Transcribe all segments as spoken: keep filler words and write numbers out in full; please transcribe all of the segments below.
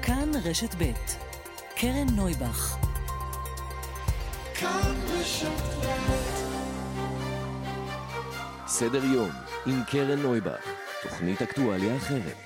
כאן רשת ב' קרן נויבך. כאן רשת ב'. סדר יום עם קרן נויבך, תוכנית אקטואליה אחרת.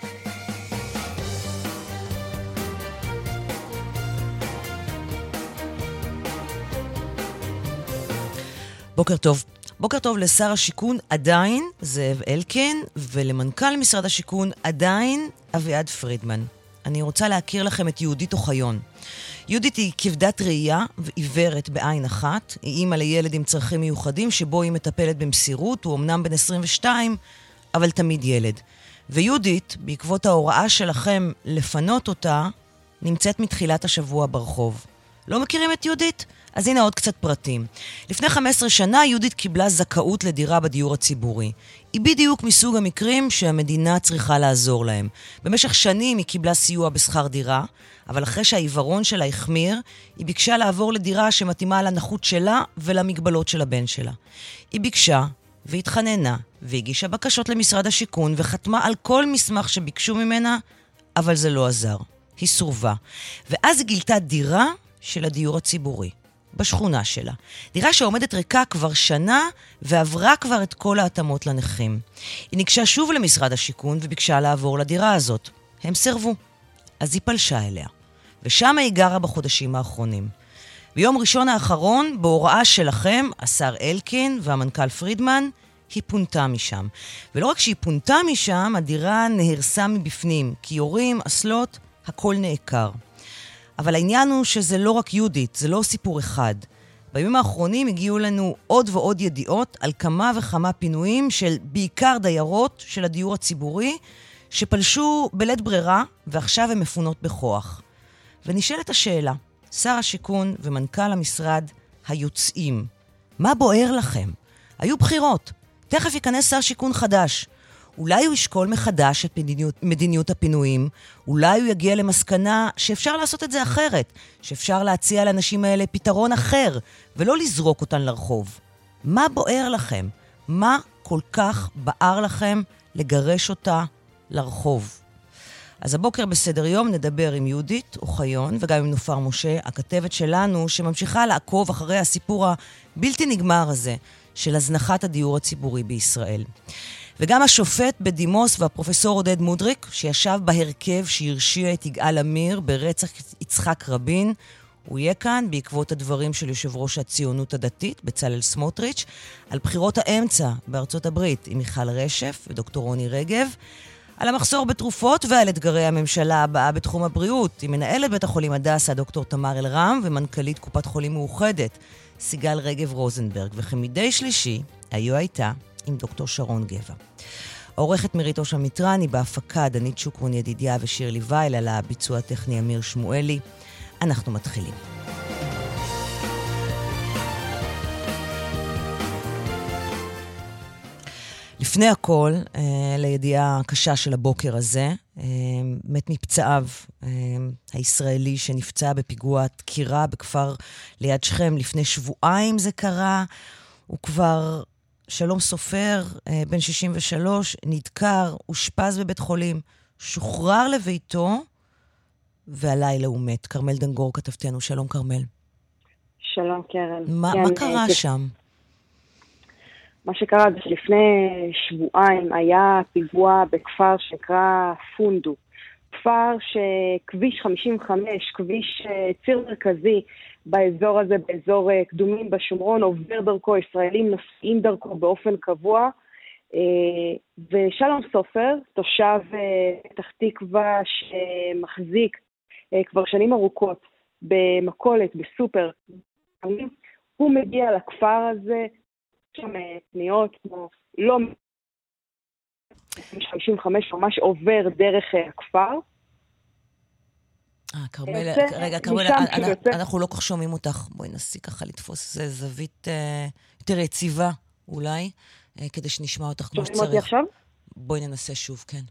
בוקר טוב. בוקר טוב לשר השיכון עדיין זאב אלקין, ולמנכ"ל משרד השיכון עדיין אביעד פרידמן. אני רוצה להכיר לכם את יהודית אוחיון. יהודית היא כבדת ראייה ועיוורת בעין אחת. היא אימא לילד עם צרכים מיוחדים שבו היא מטפלת במסירות. הוא אמנם בן עשרים ושתיים, אבל תמיד ילד. ויהודית, בעקבות ההוראה שלכם לפנות אותה, נמצאת מתחילת השבוע ברחוב. לא מכירים את יהודית? אז הנה עוד קצת פרטים. לפני חמש עשרה שנה יהודית קיבלה זכאות לדירה בדיור הציבורי. היא בדיוק מסוג המקרים שהמדינה צריכה לעזור להם. במשך שנים היא קיבלה סיוע בשכר דירה, אבל אחרי שהעיוורון שלה החמיר, היא ביקשה לעבור לדירה שמתאימה לנחות שלה ולמגבלות של הבן שלה. היא ביקשה והתחננה והגישה בקשות למשרד השיכון וחתמה על כל מסמך שביקשו ממנה, אבל זה לא עזר. היא סורבה. ואז היא גילתה דירה של הדיור הציבורי. בשכונה שלה. דירה שעומדת ריקה כבר שנה ועברה כבר את כל ההתאמות לנכים. היא ניגשה שוב למשרד השיכון וביקשה לעבור לדירה הזאת. הם סרבו. אז היא פלשה אליה. ושם היא גרה בחודשים האחרונים. ביום ראשון האחרון, בהוראה שלכם, השר אלקין והמנכ"ל פרידמן, היא פונתה משם. ולא רק שהיא פונתה משם, הדירה נהרסה מבפנים, כי יורים, אסלות, הכל נעקר. אבל העניין הוא שזה לא רק יהודית, זה לא סיפור אחד. בימים האחרונים הגיעו לנו עוד ועוד ידיעות על כמה וכמה פינויים של בעיקר דיירות של הדיור הציבורי, שפלשו בלית ברירה ועכשיו הן מפונות בכוח. ונשאלת השאלה, שר השיכון ומנכ"ל המשרד היוצאים, מה בוער לכם? היו בחירות, תכף ייכנס שר שיכון חדש. אולי הוא ישקול מחדש את מדיניות, מדיניות הפינויים, אולי הוא יגיע למסקנה שאפשר לעשות את זה אחרת, שאפשר להציע לאנשים האלה פתרון אחר, ולא לזרוק אותן לרחוב. מה בוער לכם? מה כל כך בער לכם לגרש אותה לרחוב? אז הבוקר בסדר יום נדבר עם יהודית אוחיון, וגם עם נופר משה, הכתבת שלנו, שממשיכה לעקוב אחרי הסיפור הבלתי נגמר הזה, של הזנחת הדיור הציבורי בישראל. וגם השופט בדימוס והפרופסור עודד מודריק, שישב בהרכב שהרשיע את יגאל עמיר ברצח יצחק רבין, הוא יהיה כאן בעקבות הדברים של יושב ראש הציונות הדתית, בצלאל סמוטריץ', על בחירות האמצע בארצות הברית עם מיכל רשף ודוקטור רוני רגב, על המחסור בתרופות ועל אתגרי הממשלה הבאה בתחום הבריאות, עם מנהלת בית החולים הדסה דוקטור תמר אלרם ומנכ"לית קופת חולים מאוחדת, סיגל רגב רוזנברג, וכמדי שלישי היו הייתה עם דוקטור שרון גבע. העורכת מירית אושה מיטרני, בהפקה דנית שוקרון ידידיה ושירלי וייל, על הביצוע הטכני אמיר שמואלי. אנחנו מתחילים. לפני הכל, אה, לידיעה הקשה של הבוקר הזה, אה, מת מפצעיו אה, הישראלי שנפצע בפיגוע דקירה בכפר ליד שכם. לפני שבועיים זה קרה, הוא כבר שלום סופר, בן שישים ושלוש, נדקר, אושפז בבית חולים, שוחרר לביתו, והלילה הוא מת. קרמל דנגור כתבתנו, שלום קרמל. שלום קרן. מה, כן, מה קרה כן. שם? מה שקרה זה שלפני שבועיים היה פיגוע בכפר שנקרא פונדו. כפר שכביש חמישים וחמש, כביש ציר מרכזי, באזור הזה, באזור קדומים בשומרון, עובר דרכו, ישראלים נוסעים דרכו באופן קבוע, ושלום סופר, תושב פתח תקווה שמחזיק כבר שנים ארוכות במכולת, בסופר, הוא מגיע לכפר הזה, שם פניות כמו לא חמישים וחמש ממש עובר דרך הכפר. אה, קרמל, רגע, קרמל, אנחנו לא כך שומעים אותך. בואי נסי ככה לתפוס איזה זווית יותר יציבה, אולי, כדי שנשמע אותך כמו שצריך. שומעים אותי עכשיו? בואי ננסה שוב, כן.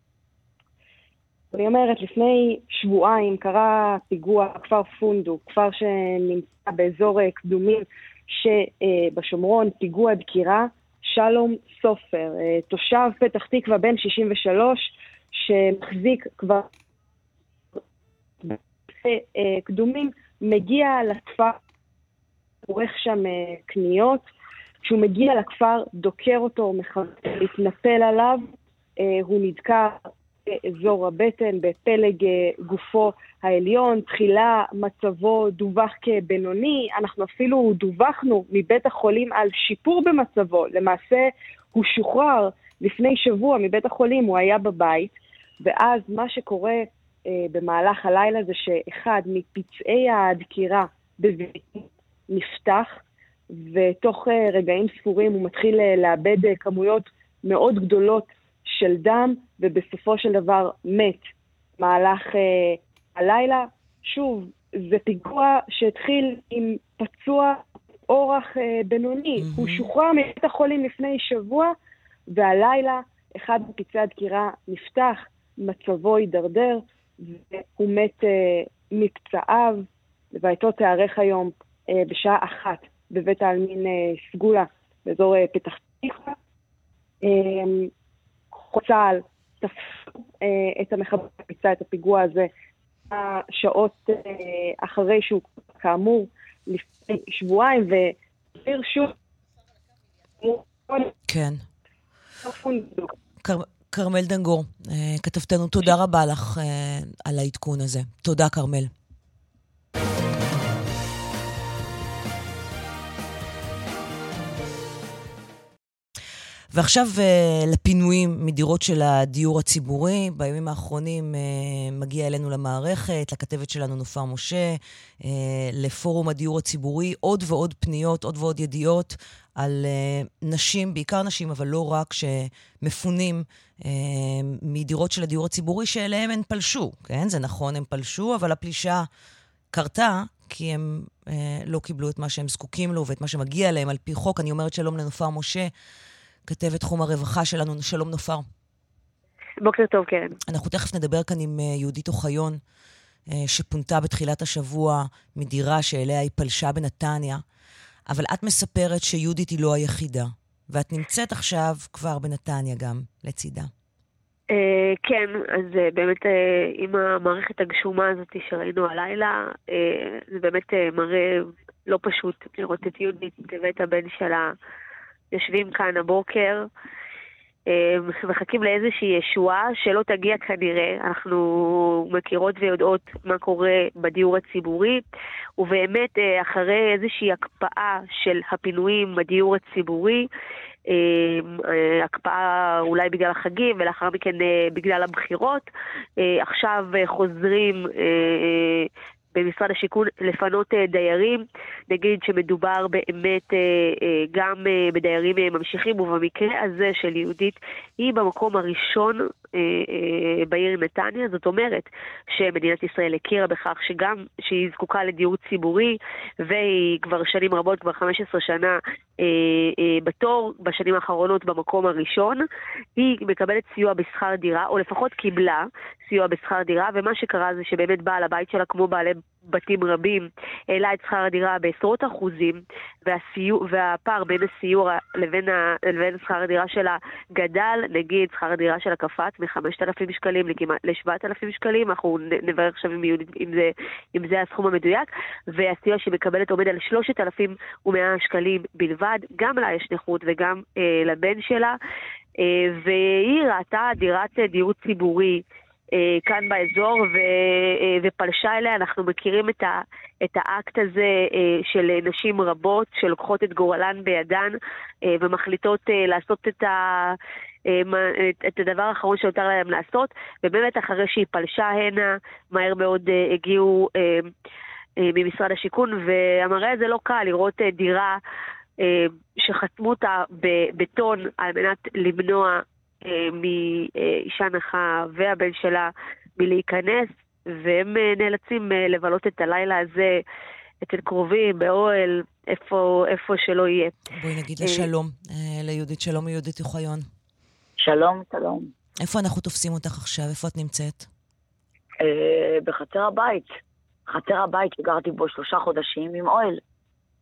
אני אומרת, לפני שבועיים קרה פיגוע כפר פונדו, כפר שנמצא באזור קדומים שבשומרון, פיגוע דקירה, שלום סופר, תושב פתח תקווה בן שישים ושלוש, שמחזיק כבר קדומים, מגיע לכפר, עורך שם קניות, כשהוא מגיע לכפר, דוקר אותו, מתנפל עליו, הוא נדקר באזור הבטן, בפלג גופו העליון, תחילה מצבו דווח כבינוני, אנחנו אפילו דווחנו מבית החולים על שיפור במצבו, למעשה הוא שוחרר לפני שבוע מבית החולים, הוא היה בבית, ואז מה שקורה אה, במהלך הלילה זה שאחד מפצעי הדקירה בביתו נפתח, ותוך אה, רגעים ספורים הוא מתחיל אה, לאבד אה, כמויות מאוד גדולות של דם, ובסופו של דבר מת מהלך אה, הלילה. שוב, זה פיגוע שהתחיל עם פצוע אורח אה, בינוני, mm-hmm. הוא שוחרר מבית החולים לפני שבוע, והלילה אחד מפצעי הדקירה נפתח, מצבו הידרדר, והוא מת אה, מפצעיו, והייתו תארך היום אה, בשעה אחת בבית העלמין אה, סגולה, באזור אה, פתח תקווה. אה, צה"ל תפסו אה, את המחבל שביצע את הפיגוע הזה, שעות אה, אחרי שהוא כאמור לפני שבועיים, והעביר שוב. כן. קרמל דנגור, כתבתנו, תודה רבה לך על העדכון הזה. תודה, קרמל. ועכשיו לפינויים מדירות של הדיור הציבורי. בימים האחרונים מגיע אלינו למערכת, לכתבת שלנו נופר משה, לפורום הדיור הציבורי, עוד ועוד פניות, עוד ועוד ידיעות על נשים, בעיקר נשים, אבל לא רק, שמפונים מדירות של הדיור הציבורי שאליהם הן פלשו. כן, זה נכון, הם פלשו, אבל הפלישה קרתה, כי הם לא קיבלו את מה שהם זקוקים לו ואת מה שמגיע להם על פי חוק. אני אומרת שלום לנופר משה, כתבת תחום הרווחה שלנו. שלום נופר. בוקר טוב, קרן. אנחנו תכף נדבר כאן עם יהודית אוחיון, שפונתה בתחילת השבוע מדירה שאליה היא פלשה בנתניה, אבל את מספרת שיהודית היא לא היחידה, ואת נמצאת עכשיו כבר בנתניה גם לצידה. כן, אז באמת עם המערכת הגשומה הזאת שראינו הלילה, זה באמת מראה לא פשוט לראות את יהודית ואת הבן שלה יושבים כאן הבוקר, מחכים לאיזושהי ישועה שלא תגיע כנראה. אנחנו מכירות ויודעות מה קורה בדיור הציבורי, ובאמת אחרי איזושהי הקפאה של הפינויים בדיור הציבורי, הקפאה אולי בגלל החגים ולאחר מכן בגלל הבחירות, עכשיו חוזרים במשרד השיכון לפנות דיירים. נגיד שמדובר באמת גם בדיירים ממשיכים, ובמקרה הזה של יהודית היא במקום הראשון בעיר נתניה. זאת אומרת שמדינת ישראל הכירה בכך שגם שהיא זקוקה לדיור ציבורי, והיא כבר שנים רבות, כבר חמש עשרה שנה בתור, בשנים האחרונות במקום הראשון. היא מקבלת סיוע בשכר דירה, או לפחות קיבלה סיוע בשכר דירה, ומה שקרה זה שבאמת בעל הבית שלה, כמו בעלי בתים רבים, העלה את שכר הדירה בעשרות אחוזים, והסיוע, והפער בין הסיוע לבין, ה, לבין שכר הדירה שלה גדל. נגיד שכר הדירה שלה קפץ מ-חמשת אלפים שקלים ל-שבעת אלפים שקלים, אנחנו נברר עכשיו אם, אם, זה, אם זה הסכום המדויק, והסיוע שהיא מקבלת עומד על שלושת אלפים ומאה שקלים בלבד. גם לה יש נכות וגם אה, לבן שלה, אה, והיא ראתה דירת דיור ציבורי כאן באזור ו- ופלשה אליה. אנחנו מכירים את, ה- את האקט הזה של נשים רבות שלוקחות את גורלן בידן ומחליטות לעשות את, ה- את הדבר האחרון שיותר להם לעשות, ובאמת אחרי שהיא פלשה הנה, מהר מאוד הגיעו ממשרד השיכון, והמראה הזה לא קל לראות דירה שחתמו אותה בבטון על מנת למנוע מאישה נכה והבן שלה מלהיכנס, והם נאלצים לבלות את הלילה הזה אצל קרובים, באוהל, איפה, איפה שלא יהיה. בואי נגיד לשלום, ליהודית. שלום יהודית אוחיון. שלום, שלום. איפה אנחנו תופסים אותך עכשיו? איפה את נמצאת? בחצר הבית. חצר הבית שגרתי בו שלושה חודשים עם אוהל.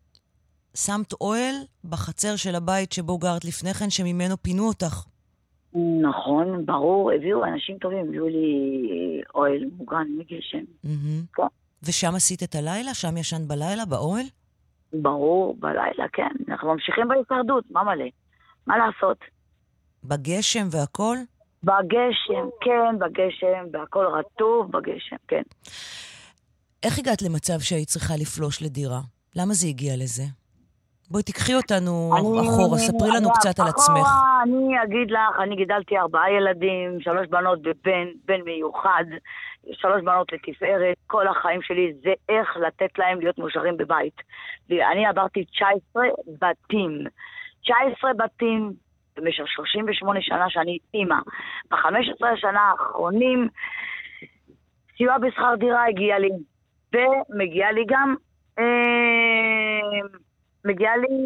שמת אוהל בחצר של הבית שבו גרת לפני כן, שממנו פינו אותך? נכון, ברור, הביאו אנשים טובים, הביאו לי אוהל מוגן מגשם. Mm-hmm. ושם עשית את הלילה? שם ישן בלילה, באוהל? ברור, בלילה, כן. אנחנו ממשיכים בהישרדות, מה מלא? מה לעשות? בגשם והכל? בגשם, כן, בגשם, והכל רטוב בגשם, כן. איך הגעת למצב שהיית צריכה לפלוש לדירה? למה זה הגיע לזה? בואי תקחי אותנו אני, אחורה, ספרי לנו אני, קצת אחורה, על עצמך. אני אגיד לך, אני גידלתי ארבעה ילדים, שלוש בנות ובן, בן מיוחד, שלוש בנות לתפארת, כל החיים שלי זה איך לתת להם להיות מאושרים בבית. אני עברתי תשע עשרה בתים, תשע עשרה בתים במשך שלושים ושמונה שנה שאני אימא. ב-חמש עשרה השנה האחרונים, סיוע בשכר דירה הגיע לי, ומגיע לי גם... אה, מגיע לי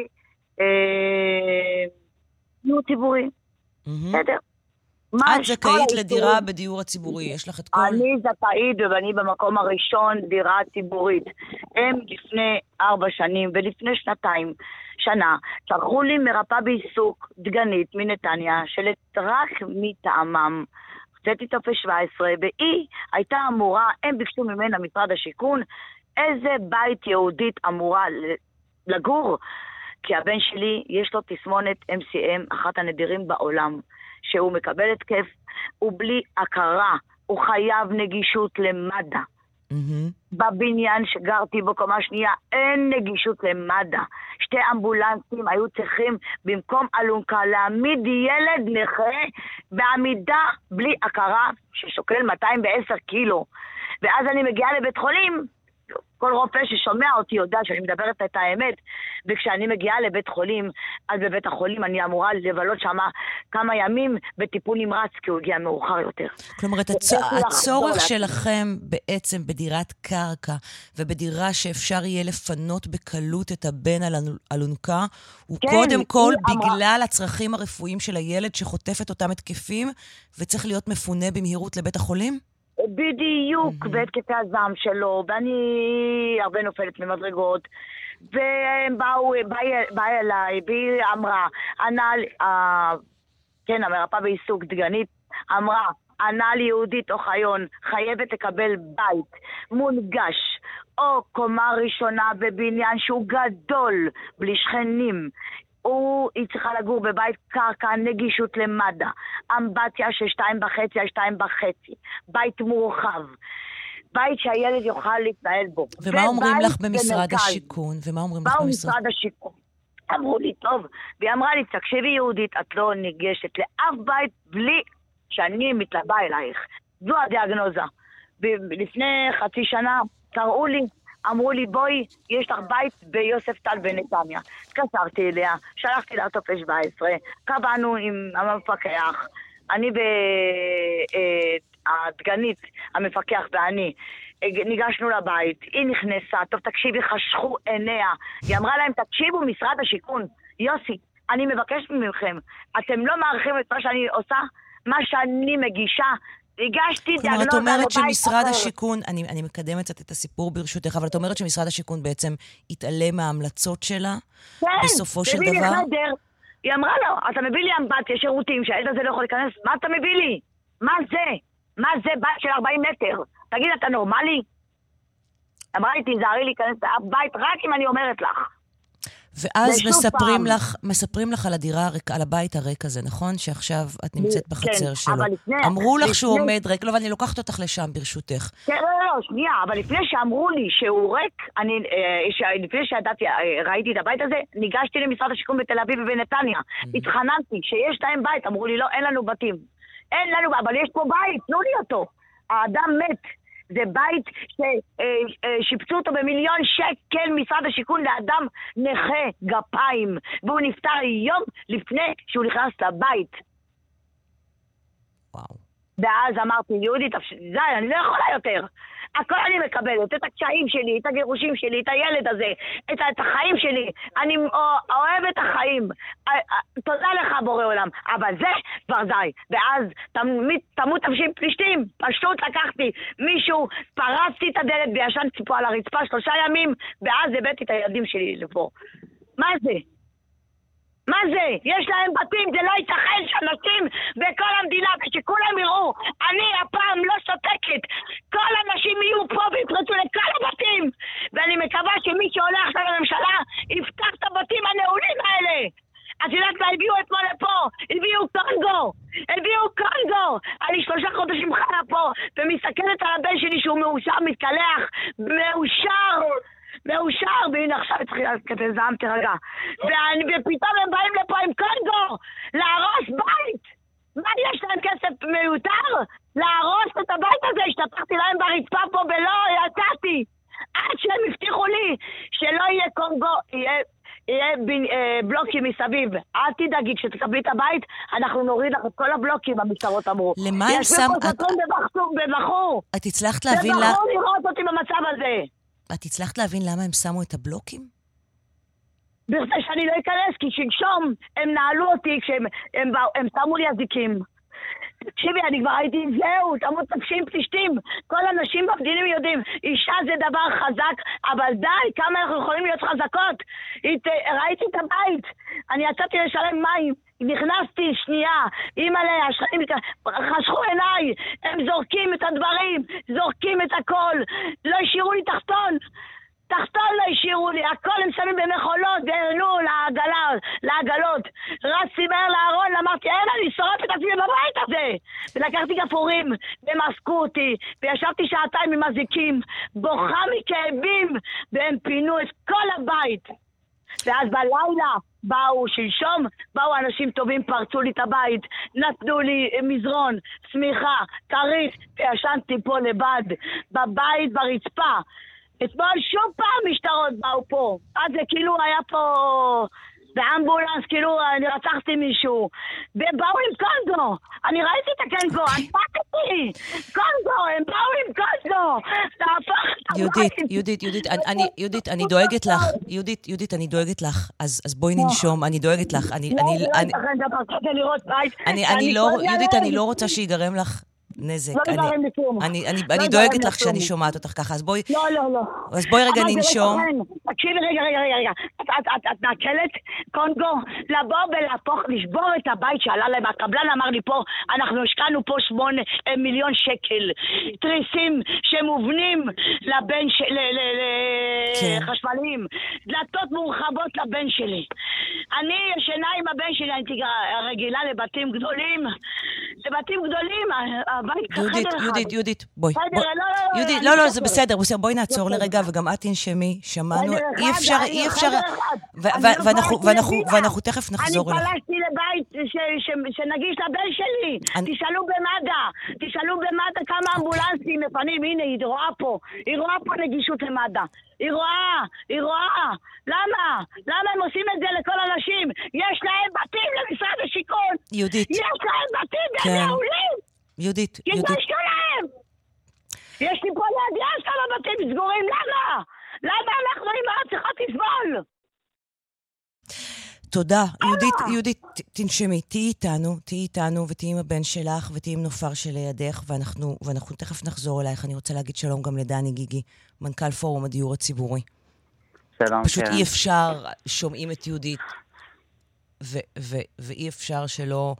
דיור ציבורי. בסדר? את זכאית לדירה בדיור הציבורי, יש לך את כל... אני זכאית ואני במקום הראשון דירה ציבורית. הם לפני ארבע שנים ולפני שנתיים, שנה, שלחו לי מרפאה בעיסוק דגנית מנתניה, רק מטעמם. הוצאתי טופס שבע עשרה, והיא הייתה אמורה, הם ביקשו ממנה משרד השיכון, איזה בית יהודית אמורה לגור, כי הבן שלי יש לו תסמונת אם סי אם, אחת הנדירים בעולם, שהוא מקבל התקף, הוא בלי הכרה, הוא חייב נגישות למד"א. Mm-hmm. בבניין שגרתי בו קומה שנייה, אין נגישות למד"א. שתי אמבולנסים היו צריכים במקום אלונקה להעמיד ילד נכה בעמידה בלי הכרה, ששוקל מאתיים ועשר קילו. ואז אני מגיעה לבית חולים, כל רופא ששומע אותי יודע שאני מדברת את האמת, וכשאני מגיעה לבית חולים, אז בבית החולים אני אמורה לבלות שם כמה ימים בטיפול נמרץ, כי הוא הגיע מאוחר יותר. כלומר, את הצ... הצורך שלכם בעצם בדירת קרקע, ובדירה שאפשר יהיה לפנות בקלות את הבן על אלונקה, הוא כן, קודם כל בגלל אמרה... הצרכים הרפואיים של הילד שחוטף את אותם התקפים, וצריך להיות מפונה במהירות לבית החולים? בדיוק, mm-hmm. והתקפי הזעם שלו, ואני הרבה נופלת ממדרגות, והם באו, באה אליי, והיא אמרה, ענה, אה, כן, המרפאה בעיסוק דגנית, אמרה, ענה לי יהודית אוחיון, חייבת לקבל בית מונגש, או קומה ראשונה בבניין שהוא גדול, בלי שכנים, הוא, היא צריכה לגור בבית קרקע, נגישות למד"א, אמבטיה של שתיים וחצי על שתיים וחצי, בית מורחב, בית שהילד יוכל להתנהל בו. ומה אומרים לך במשרד השיכון? ומה אומרים לך במשרד השיכון? אמרו לי, טוב, והיא אמרה לי, תקשיבי יהודית, את לא ניגשת לאף בית בלי שאני מתלבא אלייך. זו הדיאגנוזה. לפני חצי שנה קראו לי, אמרו לי, בואי, יש לך בית ביוסף טל בנתניה. התקשרתי אליה, שלחתי לה טופס שבע עשרה, קבענו עם המפקח, אני והדגנית, המפקח ואני, ניגשנו לבית, היא נכנסה, טוב תקשיבי, חשכו עיניה, היא אמרה להם, תקשיבו משרד השיכון, יוסי, אני מבקשת ממכם, אתם לא מעריכים את מה שאני עושה, מה שאני מגישה, הגשתי דיאגנוזה לבית אחר. כלומר, את אומרת שמשרד השיכון, אני, אני מקדמת קצת את הסיפור ברשותך, אבל את אומרת שמשרד השיכון בעצם התעלם מההמלצות שלה, כן, בסופו של דבר? כן, חדר, היא אמרה לו, אתה מביא לי אמבטיה, שירותים, שהילד הזה לא יכול להיכנס, מה אתה מביא לי? מה זה? מה זה בית של ארבעים מטר? תגיד, אתה נורמלי? אמרה לי, תיזהרי להיכנס לבית רק אם אני אומרת לך. ואז מספרים לך, מספרים לך על הדירה, על הבית הריק הזה, נכון? שעכשיו את נמצאת בחצר שלו. אמרו לך שהוא עומד ריק, לא, ואני לוקחת אותך לשם ברשותך. כן, לא, לא, שנייה, אבל לפני שאמרו לי שהוא ריק, לפני שידעתי, ראיתי את הבית הזה, ניגשתי למשרד השיכון בתל אביב ובנתניה. התחננתי שיש להם בית, אמרו לי, לא, אין לנו בתים. אין לנו, אבל יש פה בית, תנו לי אותו. האדם מת. זה בית ששיפצו אותו במיליון שקל משרד השיכון לאדם נכה גפיים, והוא נפטר יום לפני שהוא נכנס לבית. וואו. ואז אמרתי, יהודית, די, אני לא יכולה יותר. הכל אני מקבלת, את הקשיים שלי, את הגירושים שלי, את הילד הזה, את, את החיים שלי. אני אוהב את החיים. תודה לך בורא עולם. אבל זה כבר די. ואז תמות, תמות תמשים פלישתים. פשוט לקחתי מישהו, פרצתי את הדלת וישנתי פה על הרצפה שלושה ימים, ואז הבאתי את הילדים שלי לפה. מה זה? מה זה? יש להם בתים, זה לא ייתכן שאנשים בכל המדינה, ושכולם יראו, אני הפעם לא שותקת, כל האנשים יהיו פה ויפרצו לכל הבתים, ואני מקווה שמי שהולך עכשיו לממשלה יפתח את הבתים הנעולים האלה. אז יודעת מה הביאו אתמול לפה? הביאו קונגו, הביאו קונגו. אני שלושה חודשים חיה פה ומסתכלת על הבן שלי שהוא מאושר, מתקלח, מאושר, מאושר, והנה עכשיו התחילה כזה זעם תרגע. ופתאום הם באים לפה עם קונגו, להרוס בית. מה יש להם כסף מיותר? להרוס את הבית הזה, השתפכתי להם ברצפה פה ולא יצאתי. עד שהם הבטיחו לי שלא יהיה קונגו, יהיה... יהיה בין, אה, בלוקים מסביב. אל תדאגי, כשתקבלי את הבית, אנחנו נוריד לך את כל הבלוקים, המשטרות אמרו. למה הם שם... יש פה סטרון בבחור. את הצלחת להבין... זה בחור לראות אותי במצב הזה. את הצלחת להבין למה הם שמו את הבלוקים? בכדי שאני לא אכנס, כי שלשום הם נעלו אותי, כשהם הם, הם, הם שמו לי אזיקים. תקשיבי, אני כבר הייתי, זהו, תמות תפשים פלישתים. כל אנשים במדינים יודעים, אישה זה דבר חזק, אבל די, כמה אנחנו יכולים להיות חזקות. הת, ראיתי את הבית, אני יצאתי לשלם מים, נכנסתי שנייה, אימא'לה, השכנים, חשכו עיניי, הם זורקים את הדברים, זורקים את הכל, לא השאירו לי תחתון. תחתון לא השאירו לי, הכל הם שמים במחולות, והרנו לעגלה, לעגלות. רצתי מהר לארון, אמרתי, אין, אני שורף את עצמי בבית הזה. ולקחתי גפורים, והם עסקו אותי, וישבתי שעתיים עם מזיקים, בוכה מכאבים, והם פינו את כל הבית. ואז בלילה באו, שלשום, באו אנשים טובים, פרצו לי את הבית, נתנו לי מזרון, סמיכה, כרית, וישנתי פה לבד, בבית, ברצפה. אתמול שוב פעם משטרות באו פה. אז זה כאילו היה פה באמבולנס, כאילו אני רצחתי מישהו. ובאו עם קונגו. אני ראיתי את הקונגו, אני פתתי. קונגו, הם באו עם קונגו. יהודית, יהודית, יהודית, אני, יהודית, אני דואגת לך. יהודית, יהודית, אני דואגת לך. אז, אז בואי ננשום, אני דואגת לך. אני, אני, אני, אני, אני לא, יהודית, אני לא רוצה שיגרם לך נזק. לא נגרם לי כלום. אני, אני, אני דואגת לך שאני שומעת אותך ככה, אז בואי... לא, לא, לא. אז בואי רגע ננשום. תקשיבי, רגע, רגע, רגע. את מעכלת, קונגו, לבוא ולהפוך, לשבור את הבית שעלה להם. הקבלן אמר לי פה, אנחנו השקענו פה שמונה מיליון שקל. תריסים שמובנים לבן של... חשמליים. דלתות מורחבות לבן שלי. אני ישנה עם הבן שלי, אני רגילה לבתים גדולים. לבתים גדולים, יהודית, יהודית, יהודית, בואי. יהודית, לא, לא, זה בסדר, בואי נעצור לרגע, וגם את תנשמי, שמענו, אי אפשר, אי אפשר, ואנחנו תכף נחזור אליך. אני פלשתי לבית שנגיש לבן שלי, תשאלו במד"א, תשאלו במד"א כמה אמבולנסים מפנים, הנה, היא רואה פה, היא רואה פה נגישות למד"א. היא רואה, היא רואה. למה? למה הם עושים את זה לכל אנשים? יש להם בתים למשרד השיכון. יהודית. יש להם בתים והם מעולים. יהודית, יהודית. יש להם. יש לי פה לידיעה כמה בתים סגורים. למה? למה אנחנו אימא צריכות לסבול? תודה. יהודית, יהודית, תנשמי. תהיי איתנו, תהיי איתנו ותהיי עם הבן שלך ותהיי עם נופר שלידך, ואנחנו, ואנחנו תכף נחזור אלייך. אני רוצה להגיד שלום גם לדני גיגי, מנכ"ל פורום הדיור הציבורי. שלום, פשוט כן. אי אפשר, שומעים את יהודית, ו- ו- ואי אפשר שלא...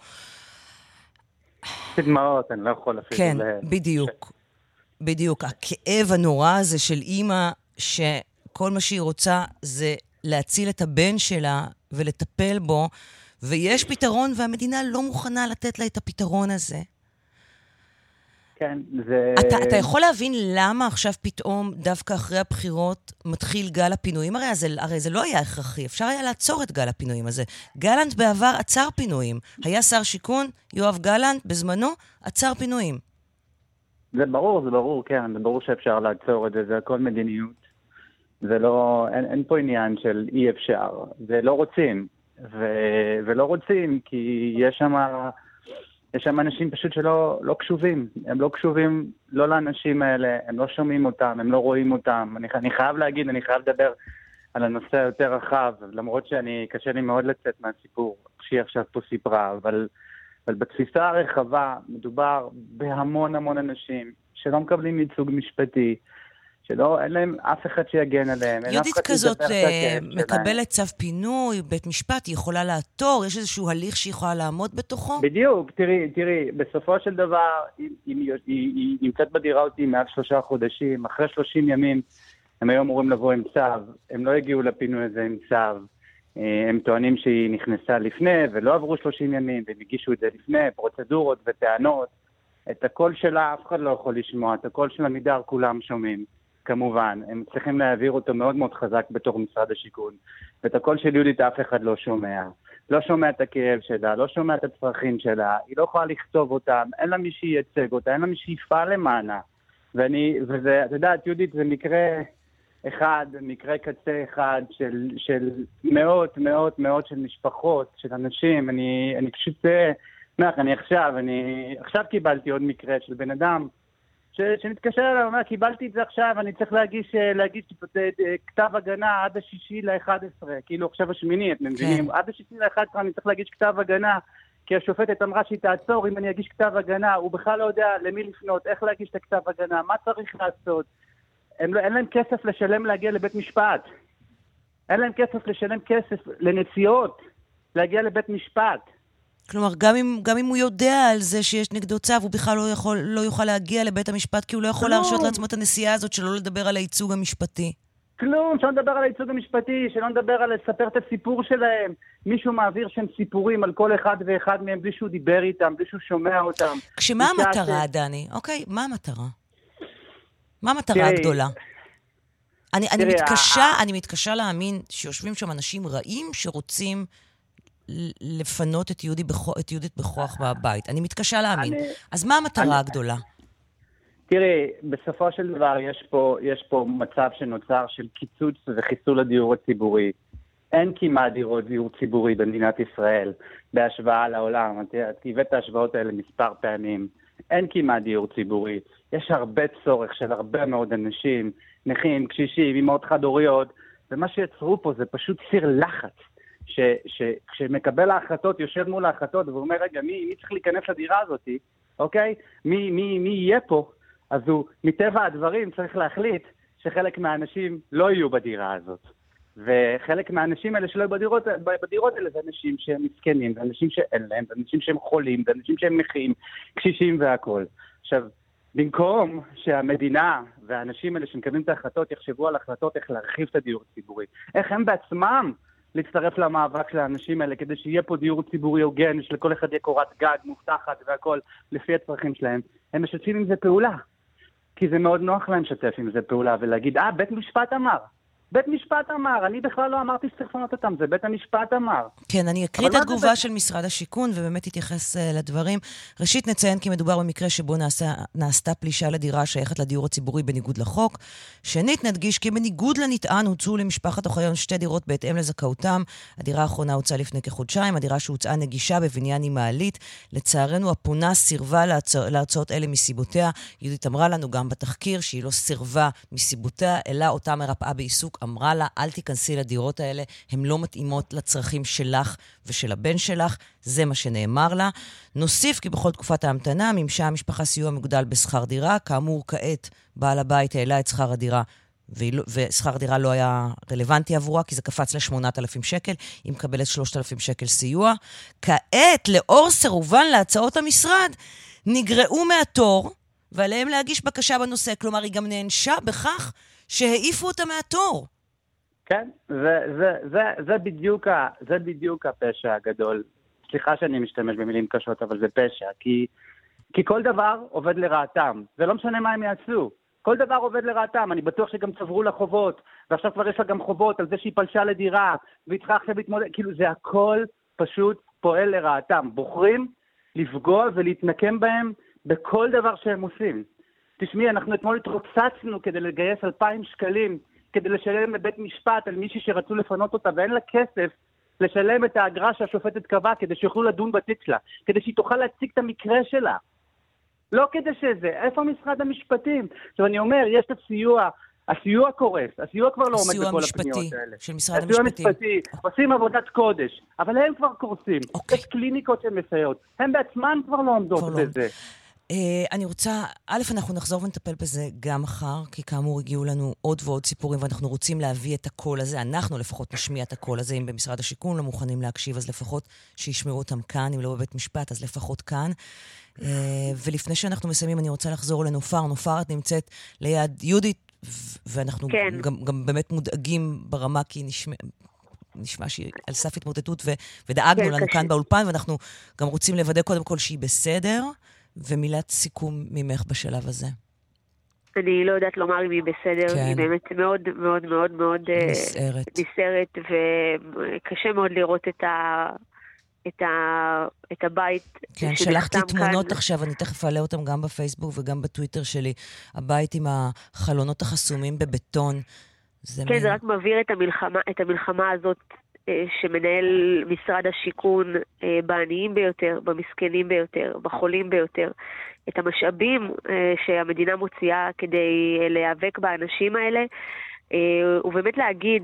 דמעות, אני לא יכול אפילו... כן, ל... בדיוק. בדיוק. הכאב הנורא הזה של אימא, שכל מה שהיא רוצה זה להציל את הבן שלה ולטפל בו, ויש פתרון והמדינה לא מוכנה לתת לה את הפתרון הזה. כן, זה... אתה, אתה יכול להבין למה עכשיו פתאום, דווקא אחרי הבחירות, מתחיל גל הפינויים? הרי זה, הרי זה לא היה הכרחי, אפשר היה לעצור את גל הפינויים הזה. גלנט בעבר עצר פינויים. היה שר שיכון, יואב גלנט, בזמנו, עצר פינויים. זה ברור, זה ברור, כן, זה ברור שאפשר לעצור את זה, זה הכל מדיניות. זה לא, אין, אין פה עניין של אי אפשר, זה לא רוצים. ו, ולא רוצים, כי יש שם... יש שם אנשים פשוט שלא לא קשובים, הם לא קשובים לא לאנשים האלה, הם לא שומעים אותם, הם לא רואים אותם. אני, אני חייב להגיד, אני חייב לדבר על הנושא היותר רחב, למרות שאני, קשה לי מאוד לצאת מהסיפור שהיא עכשיו פה סיפרה, אבל, אבל בתפיסה הרחבה מדובר בהמון המון אנשים שלא מקבלים ייצוג משפטי, שלא, אין להם אף אחד שיגן עליהם. יהודית כזאת מקבלת צו פינוי, בית משפט, היא יכולה לעתור, יש איזשהו הליך שהיא יכולה לעמוד בתוכו? בדיוק, תראי, תראי, בסופו של דבר, היא, היא, היא, היא נמצאת בדירה אותי מעל שלושה חודשים, אחרי שלושים ימים, הם היו אמורים לבוא עם צו, הם לא הגיעו לפינוי הזה עם צו, הם טוענים שהיא נכנסה לפני, ולא עברו שלושים ימים, והם הגישו את זה לפני, פרוצדורות וטענות, את הקול שלה אף אחד לא יכול לשמוע, את הקול של עמידר כולם שומעים. כמובן, הם צריכים להעביר אותו מאוד מאוד חזק בתור משרד השיכון, ואת הקול של יהודית אף אחד לא שומע. לא שומע את הכאב שלה, לא שומע את הצרכים שלה, היא לא יכולה לכתוב אותם, אין לה מי שייצג אותה, אין לה מי שיפעל למענה. ואני, וזה, אתה יודעת, יהודית, זה מקרה אחד, מקרה קצה אחד של, של מאות, מאות, מאות של משפחות, של אנשים. אני, אני פשוט, אני עכשיו, אני, עכשיו קיבלתי עוד מקרה של בן אדם, שנתקשר אליי, אומר, קיבלתי את זה עכשיו, אני צריך להגיש, להגיש כתב הגנה עד השישי לאחד עשרה, כאילו עכשיו השמיני, אתם מבינים? עד השישי לאחד עשרה אני צריך להגיש כתב הגנה, כי השופטת אמרה שהיא תעצור, אם אני אגיש כתב הגנה, הוא בכלל לא יודע למי לפנות, איך להגיש את הכתב הגנה, מה צריך לעשות. אין להם כסף לשלם להגיע לבית משפט. אין להם כסף לשלם כסף לנסיעות, להגיע לבית משפט. כלומר, גם אם, גם אם הוא יודע על זה שיש נגדו צו, הוא בכלל לא, יכול, לא יוכל להגיע לבית המשפט, כי הוא לא יכול להרשות לעצמו את הנסיעה הזאת, שלא לדבר על הייצוג המשפטי. כלום, שלא נדבר על הייצוג המשפטי, שלא נדבר על לספר את הסיפור שלהם. מישהו מעביר שם סיפורים על כל אחד ואחד מהם, בלי שהוא דיבר איתם, בלי שהוא שומע אותם. כשמה המטרה, ש... דני? אוקיי, מה המטרה? מה המטרה הגדולה? אני, אני מתקשה, אני מתקשה להאמין שיושבים שם אנשים רעים שרוצים לפנות את יהודית בכוח, את יהודית בכוח מהבית. אני מתקשה להאמין. אני, אז מה המטרה אני, הגדולה? תראי, בסופו של דבר יש פה, יש פה מצב שנוצר של קיצוץ וחיסול הדיור הציבורי. אין כמעט דירות דיור ציבורי במדינת ישראל בהשוואה לעולם. את הבאת את ההשוואות האלה מספר פעמים. אין כמעט דיור ציבורי. יש הרבה צורך של הרבה מאוד אנשים, נכים, קשישים, אמהות חד-הוריות, ומה שיצרו פה זה פשוט סיר לחץ. שכשמקבל ההחלטות, יושב מול ההחלטות, והוא אומר, רגע, מי, מי צריך להיכנס לדירה הזאת, אוקיי? מי, מי, מי יהיה פה? אז הוא, מטבע הדברים, צריך להחליט שחלק מהאנשים לא יהיו בדירה הזאת. וחלק מהאנשים האלה שלא יהיו בדירות, בדירות האלה זה אנשים שהם מסכנים, זה אנשים שאין להם, זה אנשים שהם חולים, זה אנשים שהם נכים, קשישים והכל. עכשיו, במקום שהמדינה והאנשים האלה שמקבלים את ההחלטות יחשבו על החלטות איך להרחיב את הדיור הציבורי, איך הם בעצמם להצטרף למאבק של האנשים האלה, כדי שיהיה פה דיור ציבורי הוגן, שלכל אחד יהיה קורת גג מובטחת והכל לפי הצרכים שלהם, הם משתפים עם זה פעולה. כי זה מאוד נוח להם לשתף עם זה פעולה ולהגיד, אה, בית משפט אמר. בית משפט אמר, אני בכלל לא אמרתי שצריך לפנות אותם, זה בית המשפט אמר. כן, אני אקריא את התגובה בית... של משרד השיכון, ובאמת התייחס uh, לדברים. ראשית נציין כי מדובר במקרה שבו נעשה, נעשתה פלישה לדירה שייכת לדיור הציבורי בניגוד לחוק. שנית נדגיש כי בניגוד לנטען הוצאו למשפחת אוחיון שתי דירות בהתאם לזכאותם. הדירה האחרונה הוצאה לפני כחודשיים, הדירה שהוצאה נגישה בבניין עם מעלית. לצערנו הפונה סירבה להצע, להצעות אלה מסיבותיה. יהודית אמרה לנו גם בתחקיר שהיא לא סירבה מסיבותיה, אלא אותה מרפאה בעיסוק אמרה לה, אל תיכנסי לדירות האלה, הן לא מתאימות לצרכים שלך ושל הבן שלך, זה מה שנאמר לה. נוסיף כי בכל תקופת ההמתנה, ממשה המשפחה סיוע מגודל בשכר דירה, כאמור כעת בעל הבית העלה את שכר הדירה, ושכר דירה לא היה רלוונטי עבורה, כי זה קפץ ל-שמונת אלפים שקל, היא מקבלת שלושת אלפים שקל סיוע. כעת, לאור סירובן להצעות המשרד, נגרעו מהתור, ועליהם להגיש בקשה בנושא, כלומר היא גם נענשה בכך שהעיפו אותה מהתור. כן, זה, זה, זה, זה בדיוק, זה בדיוק הפשע הגדול. סליחה שאני משתמש במילים קשות, אבל זה פשע, כי, כי כל דבר עובד לרעתם. זה לא משנה מה הם יעשו. כל דבר עובד לרעתם. אני בטוח שגם צברו לה חובות, ועכשיו כבר יש לה גם חובות על זה שהיא פלשה לדירה, והיא צריכה עכשיו להתמודד. כאילו זה הכל פשוט פועל לרעתם. בוחרים לפגוע ולהתנקם בהם בכל דבר שהם עושים. תשמעי, אנחנו אתמול התרוצצנו כדי לגייס אלפיים שקלים, כדי לשלם לבית משפט על מישהי שרצו לפנות אותה, ואין לה כסף לשלם את האגרה שהשופטת קבעה, כדי שיוכלו לדון בתיק שלה, כדי שהיא תוכל להציג את המקרה שלה. לא כדי שזה, איפה משרד המשפטים? עכשיו אני אומר, יש את הסיוע, הסיוע קורס, הסיוע כבר לא עומד בכל הפניות האלה. של משרד המשפטים. הסיוע המשפטי, עושים עבודת קודש, אבל הם כבר קורסים. יש קליניקות שהן מסייעות, הם בעצמם כבר לא עומדות בזה. אני רוצה, א', אנחנו נחזור ונטפל בזה גם מחר, כי כאמור הגיעו לנו עוד ועוד סיפורים, ואנחנו רוצים להביא את הקול הזה, אנחנו לפחות נשמיע את הקול הזה, אם במשרד השיכון לא מוכנים להקשיב, אז לפחות שישמעו אותם כאן, אם לא בבית משפט, אז לפחות כאן. ולפני שאנחנו מסיימים, אני רוצה לחזור לנופר. נופר, את נמצאת ליד יהודית, ואנחנו כן. גם, גם באמת מודאגים ברמה, כי נשמע... נשמע שהיא על סף התמוטטות, ו- ודאגנו כן, לנו קשה. כאן באולפן, ואנחנו גם רוצים לוודא קודם כל שהיא בסדר, ומילת סיכום ממך בשלב הזה. אני לא יודעת לומר אם היא בסדר, כן. היא באמת מאוד מאוד מאוד מאוד נסערת, נסערת וקשה מאוד לראות את ה... את, ה... את הבית. כן, שלחתי תמונות כאן. עכשיו, אני תכף אעלה אותם גם בפייסבוק וגם בטוויטר שלי, הבית עם החלונות החסומים בבטון. זה כן, מין... זה רק מבהיר את המלחמה, את המלחמה הזאת שמנהל משרד השיכון בעניים ביותר, במסכנים ביותר, בחולים ביותר, את המשאבים שהמדינה מוציאה כדי להיאבק באנשים האלה, ובאמת להגיד,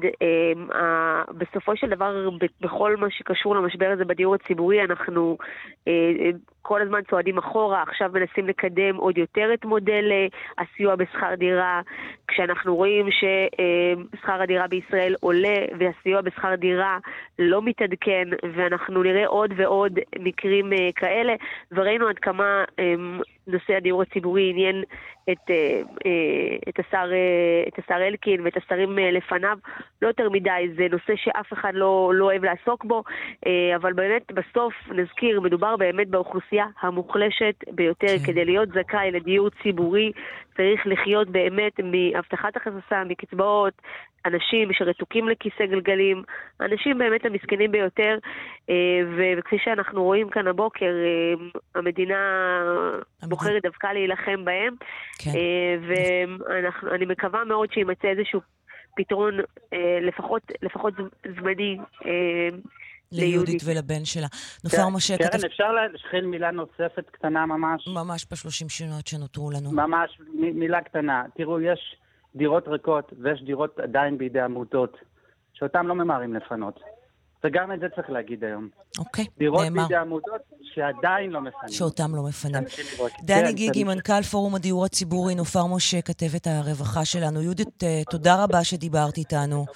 בסופו של דבר, בכל מה שקשור למשבר הזה בדיור הציבורי, אנחנו כל הזמן צועדים אחורה, עכשיו מנסים לקדם עוד יותר את מודל הסיוע בשכר דירה, כשאנחנו רואים ששכר הדירה בישראל עולה, והסיוע בשכר דירה לא מתעדכן, ואנחנו נראה עוד ועוד מקרים כאלה, וראינו עד כמה נושא הדיור הציבורי עניין את, את, השר, את השר אלקין ואת השרים לפניו, לא יותר מדי, זה נושא שאף אחד לא, לא אוהב לעסוק בו, אבל באמת בסוף נזכיר, מדובר באמת באוכלוסייה המוחלשת ביותר, כן. כדי להיות זכאי לדיור ציבורי, צריך לחיות באמת מהבטחת הכנסה, מקצבאות, אנשים שרתוקים לכיסא גלגלים, אנשים באמת המסכנים ביותר, וכפי שאנחנו רואים כאן הבוקר, המדינה בוחרת דווקא להילחם בהם, כן. ואני מקווה מאוד שימצא איזשהו פתרון, לפחות, לפחות זמני, ליהודית ולבן שלה. נופר משה כתב... קרן, אפשר להשחיל מילה נוספת קטנה ממש? ממש בשלושים שניות שנותרו לנו. ממש מילה קטנה. תראו, יש דירות ריקות ויש דירות עדיין בידי עמותות, שאותם לא ממהרים לפנות. וגם את זה צריך להגיד היום. אוקיי, דירות בידי עמותות שעדיין לא מפנים. שאותם לא מפנים. דני גיגי, מנכ"ל פורום הדיור הציבורי, נופר משה, כתבת הרווחה שלנו. יהודית, תודה רבה שדיברת איתנו.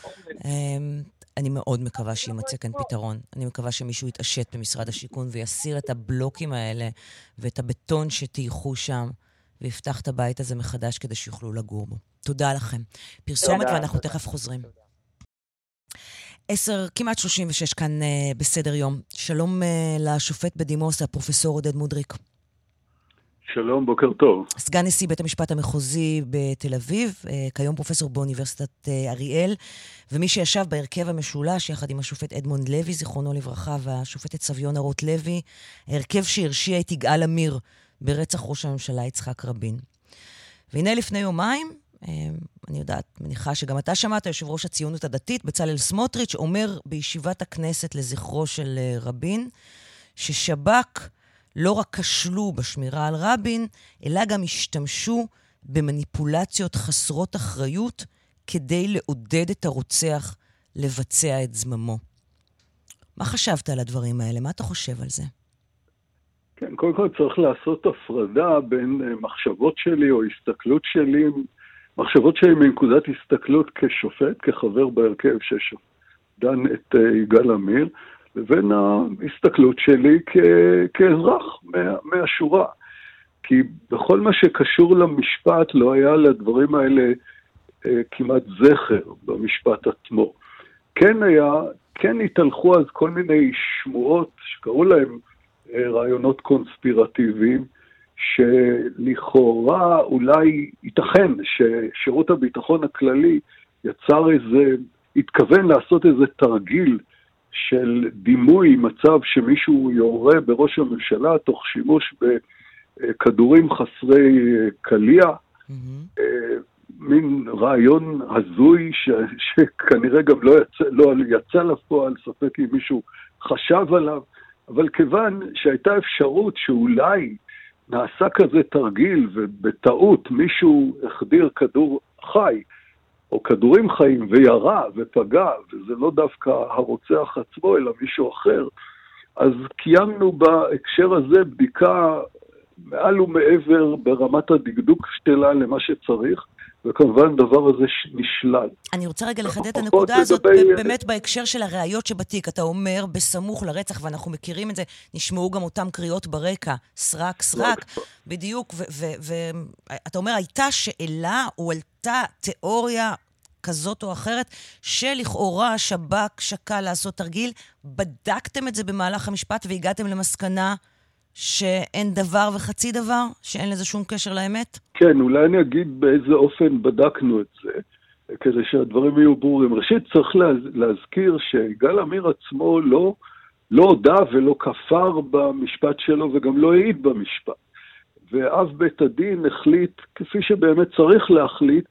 אני מאוד מקווה שימצא כאן פתרון. אני מקווה שמישהו יתעשת במשרד השיכון ויסיר את הבלוקים האלה ואת הבטון שתייחו שם ויפתח את הבית הזה מחדש כדי שיוכלו לגור בו. תודה לכם. פרסומת ואנחנו תכף חוזרים. עשר, כמעט שלושים ושש כאן uh, בסדר יום. שלום uh, לשופט בדימוס, הפרופסור עודד מודריק. שלום, בוקר טוב. סגן נשיא בית המשפט המחוזי בתל אביב, uh, כיום פרופסור באוניברסיטת uh, אריאל, ומי שישב בהרכב המשולש יחד עם השופט אדמונד לוי, זיכרונו לברכה, והשופטת סביונה רוט לוי, הרכב שהרשיע את יגאל עמיר ברצח ראש הממשלה יצחק רבין. והנה לפני יומיים, אני יודעת, מניחה שגם אתה שמעת, יושב ראש הציונות הדתית, בצלאל סמוטריץ', אומר בישיבת הכנסת לזכרו של רבין, ששב"כ לא רק כשלו בשמירה על רבין, אלא גם השתמשו במניפולציות חסרות אחריות, כדי לעודד את הרוצח לבצע את זממו. מה חשבת על הדברים האלה? מה אתה חושב על זה? כן, קודם כל צריך לעשות הפרדה בין מחשבות שלי או הסתכלות שלי, מחשבות שלי מנקודת הסתכלות כשופט, כחבר בהרכב שדן את יגאל עמיר, לבין ההסתכלות שלי כ- כאזרח מה- מהשורה. כי בכל מה שקשור למשפט לא היה לדברים האלה אה, כמעט זכר במשפט עצמו. כן היה, כן התהלכו אז כל מיני שמועות שקראו להם אה, רעיונות קונספירטיביים, שלכאורה אולי ייתכן ששירות הביטחון הכללי יצר איזה, התכוון לעשות איזה תרגיל של דימוי מצב שמישהו יורה בראש הממשלה תוך שימוש בכדורים חסרי קליע, mm-hmm. מין רעיון הזוי ש, שכנראה גם לא יצא, לא יצא לפועל, ספק אם מישהו חשב עליו, אבל כיוון שהייתה אפשרות שאולי נעשה כזה תרגיל ובטעות מישהו החדיר כדור חי או כדורים חיים וירה ופגע, וזה לא דווקא הרוצח עצמו אלא מישהו אחר, אז קיימנו בהקשר הזה בדיקה מעל ומעבר ברמת הדקדוק שלה למה שצריך, וכמובן דבר הזה נשלל. אני רוצה רגע לחדד את הנקודה הזאת, באמת בהקשר של הראיות שבתיק, אתה אומר בסמוך לרצח, ואנחנו מכירים את זה, נשמעו גם אותם קריאות ברקע, סרק, סרק, בדיוק, ואתה אומר, הייתה שאלה, או עלתה תיאוריה כזאת או אחרת, שלכאורה השב"כ שקל לעשות תרגיל, בדקתם את זה במהלך המשפט, והגעתם למסקנה שאין דבר וחצי דבר? שאין לזה שום קשר לאמת? כן, אולי אני אגיד באיזה אופן בדקנו את זה, כדי שהדברים יהיו ברורים. ראשית צריך להזכיר שיגאל עמיר עצמו לא, לא הודע ולא כפר במשפט שלו, וגם לא העיד במשפט. ואב בית הדין החליט, כפי שבאמת צריך להחליט,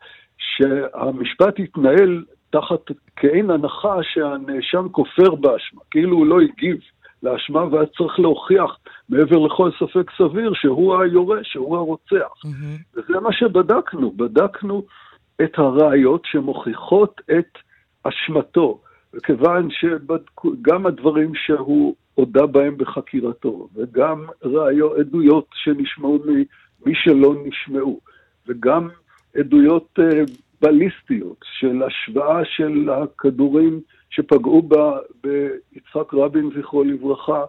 שהמשפט יתנהל תחת כאין הנחה שהנאשם כופר באשמה, כאילו הוא לא הגיב לאשמה, ואז צריך להוכיח מעבר לכל ספק סביר שהוא היורש, שהוא הרוצח. Mm-hmm. וזה מה שבדקנו, בדקנו את הראיות שמוכיחות את אשמתו, וכיוון שגם הדברים שהוא הודע בהם בחקירתו, וגם ראיות, עדויות שנשמעו ממי שלא נשמעו, וגם עדויות uh, בליסטיות של השוואה של הכדורים שפגעו ב, ביצחק רבין זכרו לברכה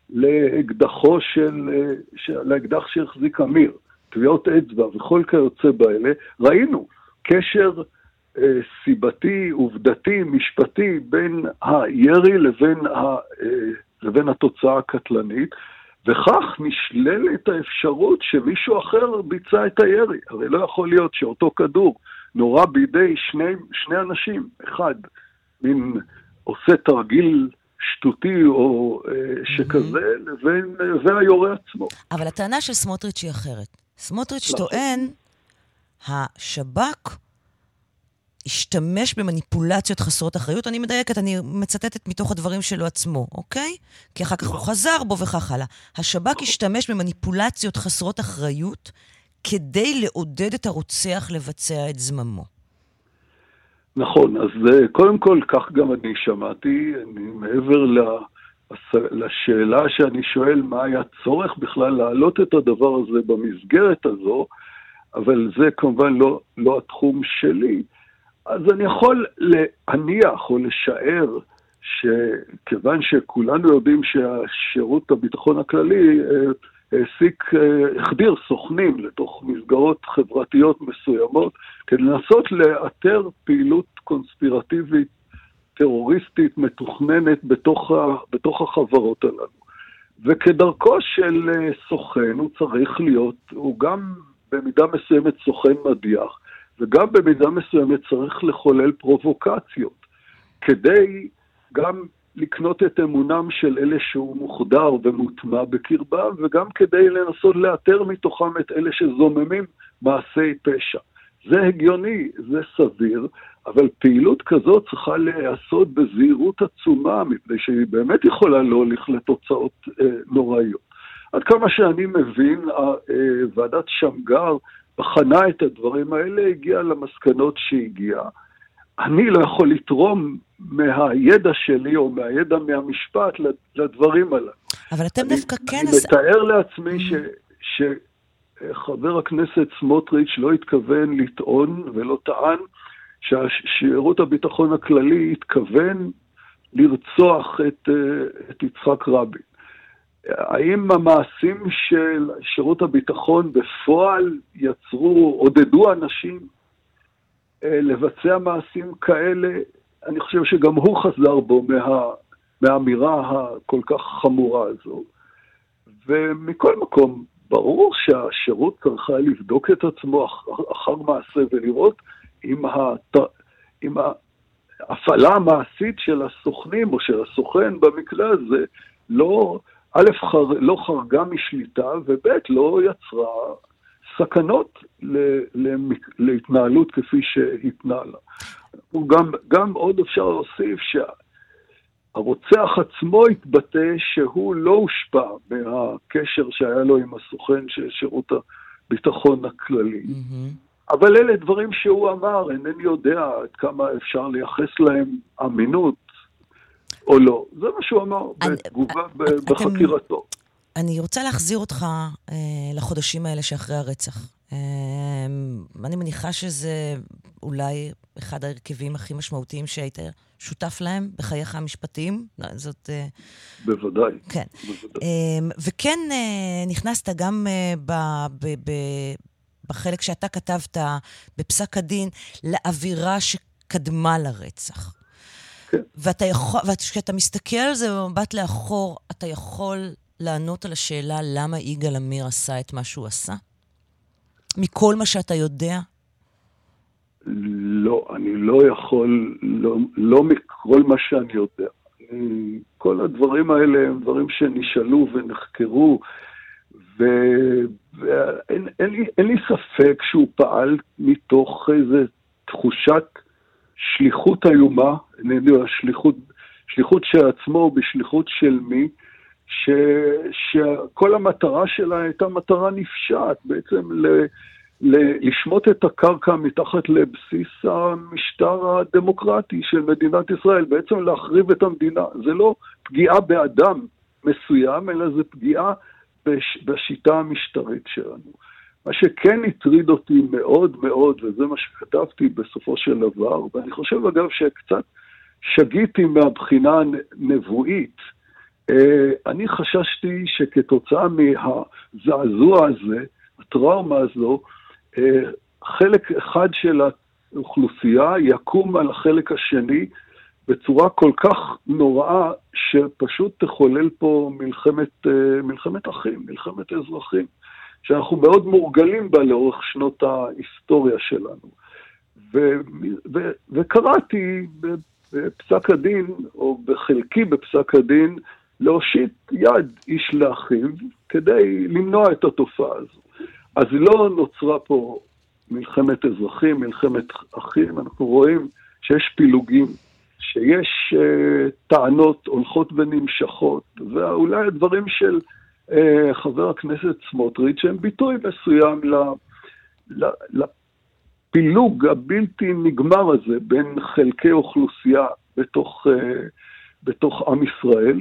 לאקדחו של, של לאקדח שהחזיק אמיר, טביעות אצבע וכל כיוצא באלה, ראינו קשר uh, סיבתי, עובדתי, משפטי בין הירי לבין, ה, uh, לבין התוצאה הקטלנית, וכך נשללת האפשרות שמישהו אחר ביצע את הירי. הרי לא יכול להיות שאותו כדור נורא בידי שני, שני אנשים, אחד מין עושה תרגיל שטותי או אה, שכזה, לבין, והיורה עצמו. אבל הטענה של סמוטריץ' היא אחרת. סמוטריץ' טוען, השב"כ השתמש במניפולציות חסרות אחריות. אני מדייקת, אני מצטטת מתוך הדברים שלו עצמו, אוקיי? כי אחר כך הוא חזר בו וכך הלאה. השב"כ השתמש במניפולציות חסרות אחריות כדי לעודד את הרוצח לבצע את זממו. נכון, אז קודם כל, כך גם אני שמעתי, אני מעבר לשאלה שאני שואל מה היה צורך בכלל להעלות את הדבר הזה במסגרת הזו, אבל זה כמובן לא, לא התחום שלי. אז אני יכול להניח או לשער שכיוון שכולנו יודעים שהשירות הביטחון הכללי העסיק, החדיר סוכנים לתוך מסגרות חברתיות מסוימות, כדי לנסות לאתר פעילות קונספירטיבית, טרוריסטית, מתוכננת בתוך, בתוך החברות הללו. וכדרכו של סוכן הוא צריך להיות, הוא גם במידה מסוימת סוכן מדיח, וגם במידה מסוימת צריך לחולל פרובוקציות, כדי גם לקנות את אמונם של אלה שהוא מוחדר ומוטמע בקרבם, וגם כדי לנסות לאתר מתוכם את אלה שזוממים מעשי פשע. זה הגיוני, זה סביר, אבל פעילות כזאת צריכה להיעשות בזהירות עצומה, מפני שהיא באמת יכולה להוליך לתוצאות אה, נוראיות. עד כמה שאני מבין, אה, ועדת שמגר בחנה את הדברים האלה, הגיעה למסקנות שהגיעה. אני לא יכול לתרום מהידע שלי או מהידע מהמשפט לדברים האלה. אבל אתם דווקא כן... אני מתאר לעצמי ש, שחבר הכנסת סמוטריץ' לא התכוון לטעון ולא טען ששירות הביטחון הכללי התכוון לרצוח את, את יצחק רבין. האם המעשים של שירות הביטחון בפועל יצרו, עודדו אנשים לבצע מעשים כאלה? אני חושב שגם הוא חזר בו מה, מהאמירה הכל כך חמורה הזו. ומכל מקום, ברור שהשירות צריכה לבדוק את עצמו אחר מעשה ולראות אם, הת... אם ההפעלה המעשית של הסוכנים או של הסוכן במקרה הזה לא, א', חר... לא חרגה משליטה, וב', לא יצרה סכנות ל... להתנהלות כפי שהתנהלה. גם, גם עוד אפשר להוסיף שהרוצח עצמו התבטא שהוא לא הושפע מהקשר שהיה לו עם הסוכן של שירות הביטחון הכללי. Mm-hmm. אבל אלה דברים שהוא אמר, אינני יודע עד כמה אפשר לייחס להם אמינות או לא. זה מה שהוא אמר בתגובה בחקירתו. אני רוצה להחזיר אותך אה, לחודשים האלה שאחרי הרצח. אה, אני מניחה שזה אולי אחד ההרכבים הכי משמעותיים שהיית שותף להם בחייך המשפטיים. זאת... אה, בוודאי. כן. בוודאי. אה, וכן אה, נכנסת גם אה, ב... ב, ב בחלק שאתה כתבת בפסק הדין, לאווירה שקדמה לרצח. כן. ואתה יכול, וכשאתה מסתכל על זה במבט לאחור, אתה יכול לענות על השאלה למה יגאל עמיר עשה את מה שהוא עשה? מכל מה שאתה יודע? לא, אני לא יכול, לא, לא מכל מה שאני יודע. אני, כל הדברים האלה הם דברים שנשאלו ונחקרו, ואין אין לי, אין לי ספק שהוא פעל מתוך איזו תחושת שליחות איומה, שליחות, שליחות של עצמו בשליחות של מי, ש, שכל המטרה שלה הייתה מטרה נפשעת, בעצם ל, ל, לשמוט את הקרקע מתחת לבסיס המשטר הדמוקרטי של מדינת ישראל, בעצם להחריב את המדינה. זה לא פגיעה באדם מסוים, אלא זה פגיעה בש, בשיטה המשטרית שלנו. מה שכן הטריד אותי מאוד מאוד, וזה מה שכתבתי בסופו של דבר, ואני חושב אגב שקצת שגיתי מהבחינה הנבואית, אני חששתי שכתוצאה מהזעזוע הזה, הטראומה הזו, חלק אחד של האוכלוסייה יקום על החלק השני בצורה כל כך נוראה שפשוט תחולל פה מלחמת, מלחמת אחים, מלחמת אזרחים, שאנחנו מאוד מורגלים בה לאורך שנות ההיסטוריה שלנו. ו, ו, וקראתי בפסק הדין, או בחלקי בפסק הדין, להושיט יד איש לאחיו, כדי למנוע את התופעה הזו. אז לא נוצרה פה מלחמת אזרחים, מלחמת אחים, אנחנו רואים שיש פילוגים, שיש uh, טענות הולכות ונמשכות, ואולי הדברים של uh, חבר הכנסת סמוטריץ' שהם ביטוי מסוים ל, ל, לפילוג הבלתי נגמר הזה בין חלקי אוכלוסייה בתוך, uh, בתוך עם ישראל,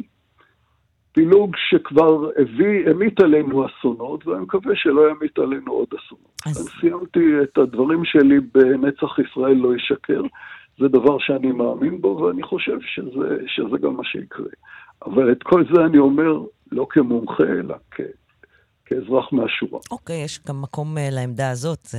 פילוג שכבר הביא, המית עלינו אסונות, ואני מקווה שלא ימית עלינו עוד אסונות. אז... אני סיימתי את הדברים שלי בנצח ישראל לא ישקר, זה דבר שאני מאמין בו, ואני חושב שזה, שזה גם מה שיקרה. אבל את כל זה אני אומר לא כמומחה, אלא כ, כאזרח מהשורה. אוקיי, יש גם מקום לעמדה הזאת, זה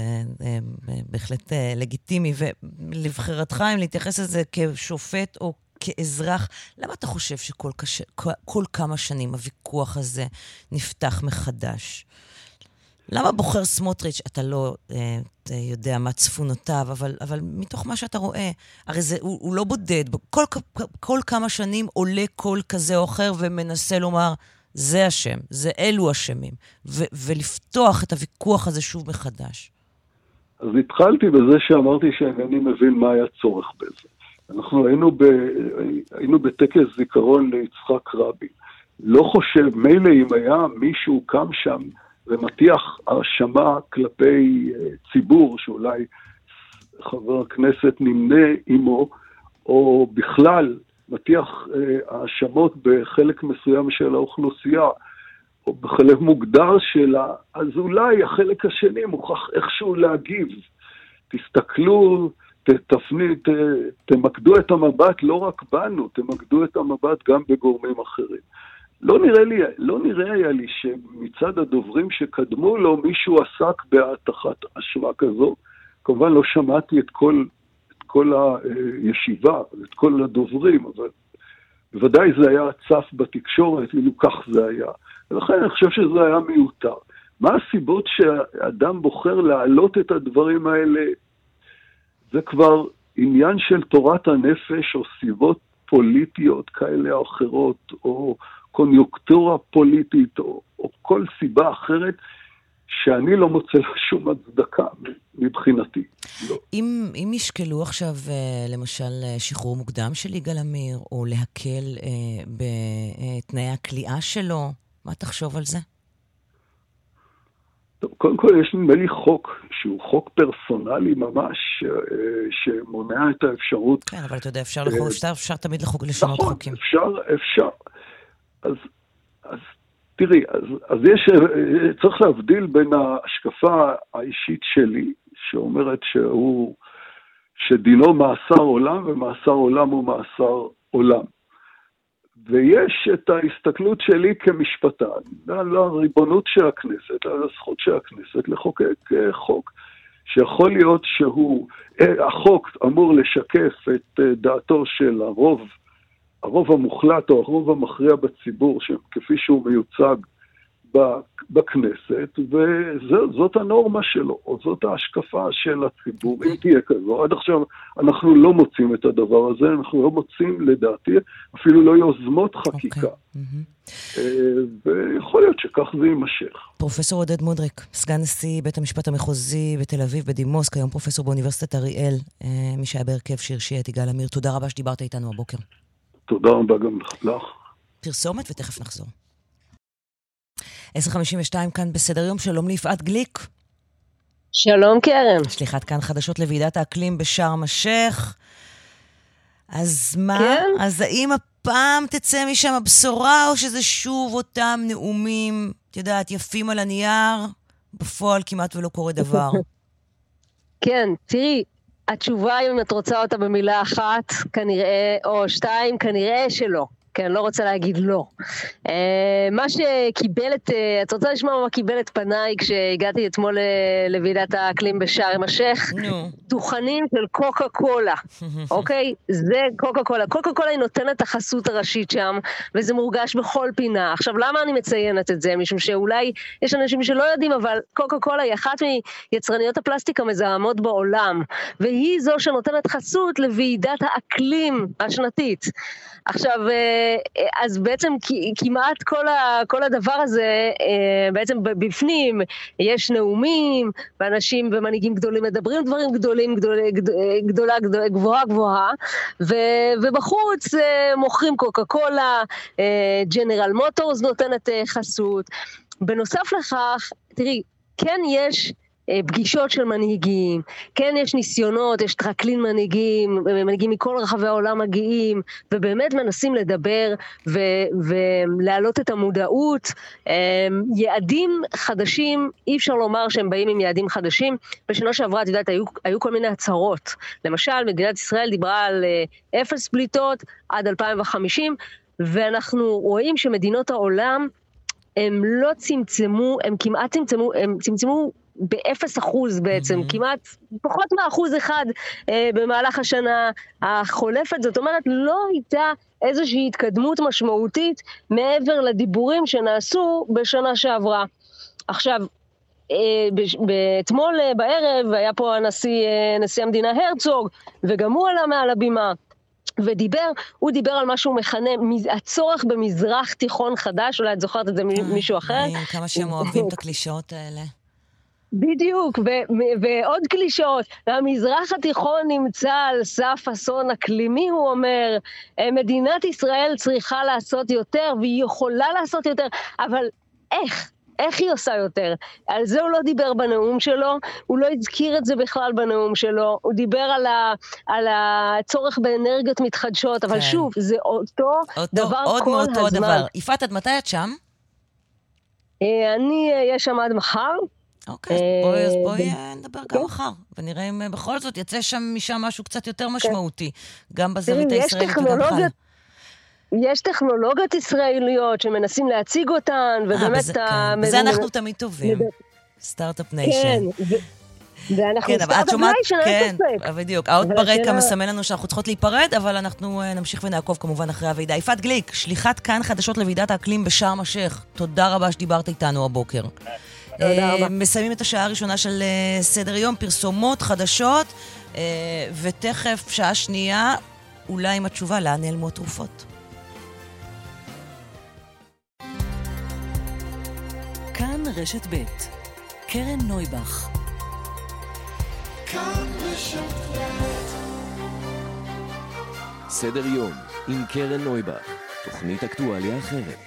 בהחלט לגיטימי, ולבחירתך אם להתייחס לזה כשופט או כאזרח, למה אתה חושב שכל כש... כל כמה שנים הוויכוח הזה נפתח מחדש? למה בוחר סמוטריץ', אתה לא אה, יודע מה צפונותיו, אבל, אבל מתוך מה שאתה רואה, הרי זה, הוא, הוא לא בודד, כל, כל כמה שנים עולה קול כזה או אחר ומנסה לומר, זה השם, זה אלו השמים, ו, ולפתוח את הוויכוח הזה שוב מחדש. אז התחלתי בזה שאמרתי שאני מבין מה היה צורך בזה. אנחנו היינו, ב, היינו בטקס זיכרון ליצחק רבין. לא חושב, מילא אם היה מישהו קם שם ומתיח הרשמה כלפי ציבור, שאולי חבר הכנסת נמנה עמו, או בכלל מתיח האשמות בחלק מסוים של האוכלוסייה, או בחלק מוגדר שלה, אז אולי החלק השני מוכרח איכשהו להגיב. תסתכלו, תפני, ת, תמקדו את המבט לא רק בנו, תמקדו את המבט גם בגורמים אחרים. לא נראה לי, לא נראה היה לי שמצד הדוברים שקדמו לו מישהו עסק בהתחת אשמה כזו. כמובן לא שמעתי את כל, את כל הישיבה, את כל הדוברים, אבל בוודאי זה היה צף בתקשורת, אילו כך זה היה. ולכן אני חושב שזה היה מיותר. מה הסיבות שהאדם בוחר להעלות את הדברים האלה? זה כבר עניין של תורת הנפש או סיבות פוליטיות כאלה או אחרות, או קוניוקטורה פוליטית, או, או כל סיבה אחרת, שאני לא מוצא לה שום הצדקה מבחינתי. לא. אם, אם ישקלו עכשיו, למשל, שחרור מוקדם של יגאל עמיר, או להקל בתנאי הכליאה שלו, מה תחשוב על זה? טוב, קודם כל יש נדמה לי חוק, שהוא חוק פרסונלי ממש, שמונע את האפשרות... כן, אבל אתה יודע, אפשר, לחוק, אפשר, אפשר תמיד לחוק, לשנות נכון, חוקים. אפשר, אפשר. אז, אז תראי, אז, אז יש, צריך להבדיל בין ההשקפה האישית שלי, שאומרת שהוא, שדינו מאסר עולם, ומאסר עולם הוא מאסר עולם. ויש את ההסתכלות שלי כמשפטן, על הריבונות של הכנסת, על הזכות של הכנסת לחוקק חוק, שיכול להיות שהוא, החוק אמור לשקף את דעתו של הרוב, הרוב המוחלט או הרוב המכריע בציבור, כפי שהוא מיוצג בכנסת, וזאת הנורמה שלו, או זאת ההשקפה של הציבור, אם תהיה כזו. עד עכשיו אנחנו לא מוצאים את הדבר הזה, אנחנו לא מוצאים לדעתי, אפילו לא יוזמות חקיקה. ויכול להיות שכך זה יימשך. פרופסור עודד מודריק, סגן נשיא בית המשפט המחוזי בתל אביב בדימוס, כיום פרופסור באוניברסיטת אריאל, מי שהיה בהרכב שהרשיע את יגאל עמיר. תודה רבה שדיברת איתנו הבוקר. תודה רבה גם לך. פרסומת ותכף נחזור. עשר חמישים ושתיים כאן בסדר יום, שלום ליפעת גליק. שלום קרן. שליחת כאן חדשות לוועידת האקלים בשארם א-שייח. אז מה? כן? אז האם הפעם תצא משם הבשורה, או שזה שוב אותם נאומים, את יודעת, יפים על הנייר, בפועל כמעט ולא קורה דבר? כן, תראי, התשובה, אם את רוצה אותה במילה אחת, כנראה, או שתיים, כנראה שלא. כן, לא רוצה להגיד לא. מה שקיבל את, את רוצה לשמוע מה קיבל את פניי כשהגעתי אתמול לוועידת האקלים בשארם א-שייח? דוכנים של קוקה קולה, אוקיי? זה קוקה קולה. קוקה קולה היא נותנת החסות הראשית שם, וזה מורגש בכל פינה. עכשיו, למה אני מציינת את זה? משום שאולי יש אנשים שלא יודעים, אבל קוקה קולה היא אחת מיצרניות הפלסטיק המזהמות בעולם, והיא זו שנותנת חסות לוועידת האקלים השנתית. עכשיו, אז בעצם כמעט כל, ה, כל הדבר הזה, בעצם בפנים יש נאומים, ואנשים ומנהיגים גדולים מדברים דברים גדולים, גדולה, גדולה, גדולה, גבוהה, גבוהה, ו, ובחוץ מוכרים קוקה קולה, ג'נרל מוטורס נותנת חסות. בנוסף לכך, תראי, כן יש פגישות של מנהיגים, כן יש ניסיונות, יש טרקלין מנהיגים, מנהיגים מכל רחבי העולם מגיעים, ובאמת מנסים לדבר ו- ולהעלות את המודעות. יעדים חדשים, אי אפשר לומר שהם באים עם יעדים חדשים. בשנה שעברה, את יודעת, היו, היו כל מיני הצהרות. למשל, מדינת ישראל דיברה על אפס פליטות עד אלפיים וחמישים, ואנחנו רואים שמדינות העולם הם לא צמצמו, הם כמעט צמצמו, הם צמצמו באפס אחוז בעצם, mm-hmm. כמעט פחות מאחוז אחד אה, במהלך השנה החולפת. זאת אומרת, לא הייתה איזושהי התקדמות משמעותית מעבר לדיבורים שנעשו בשנה שעברה. עכשיו, אה, אתמול אה, בערב היה פה הנשיא, אה, נשיא המדינה הרצוג, וגם הוא עלה מעל הבימה. ודיבר, הוא דיבר על משהו מכנה, הצורך במזרח תיכון חדש, אולי את זוכרת את זה מישהו אחר. כמה שהם אוהבים את הקלישאות האלה. בדיוק, ו- ועוד קלישאות. המזרח התיכון נמצא על סף אסון אקלימי, הוא אומר, מדינת ישראל צריכה לעשות יותר, והיא יכולה לעשות יותר, אבל איך? איך היא עושה יותר? על זה הוא לא דיבר בנאום שלו, הוא לא הזכיר את זה בכלל בנאום שלו, הוא דיבר על, ה, על הצורך באנרגיות מתחדשות, אבל כן. שוב, זה אותו, אותו דבר עוד כל מאותו הזמן. דבר. יפעת, עד מתי את שם? אני אהיה שם עד מחר. אוקיי, אז בואי נדבר גם מחר, ונראה אם בכל זאת יצא שם משם משהו קצת יותר משמעותי, גם בזווית הישראלית וגם כאן. יש טכנולוגיות ישראליות שמנסים להציג אותן, ובאמת... בזה אנחנו תמיד טובים. סטארט-אפ ניישן. ואנחנו סטארט-אפ ניישן, אין ספק. בדיוק, העוד ברקע מסמן לנו שאנחנו צריכות להיפרד, אבל אנחנו נמשיך ונעקוב כמובן אחרי הוועידה. יפעת גליק, שליחת כאן חדשות לוועידת האקלים בשארם א-שייח. תודה רבה שדיברת איתנו הבוקר. מסיימים את השעה הראשונה של סדר יום, פרסומות חדשות, ותכף שעה שנייה, אולי עם התשובה לאן נעלמו התרופות. כאן רשת ב' קרן נויבך. כאן רשת ב'. סדר יום עם קרן נויבך, תוכנית אקטואליה אחרת.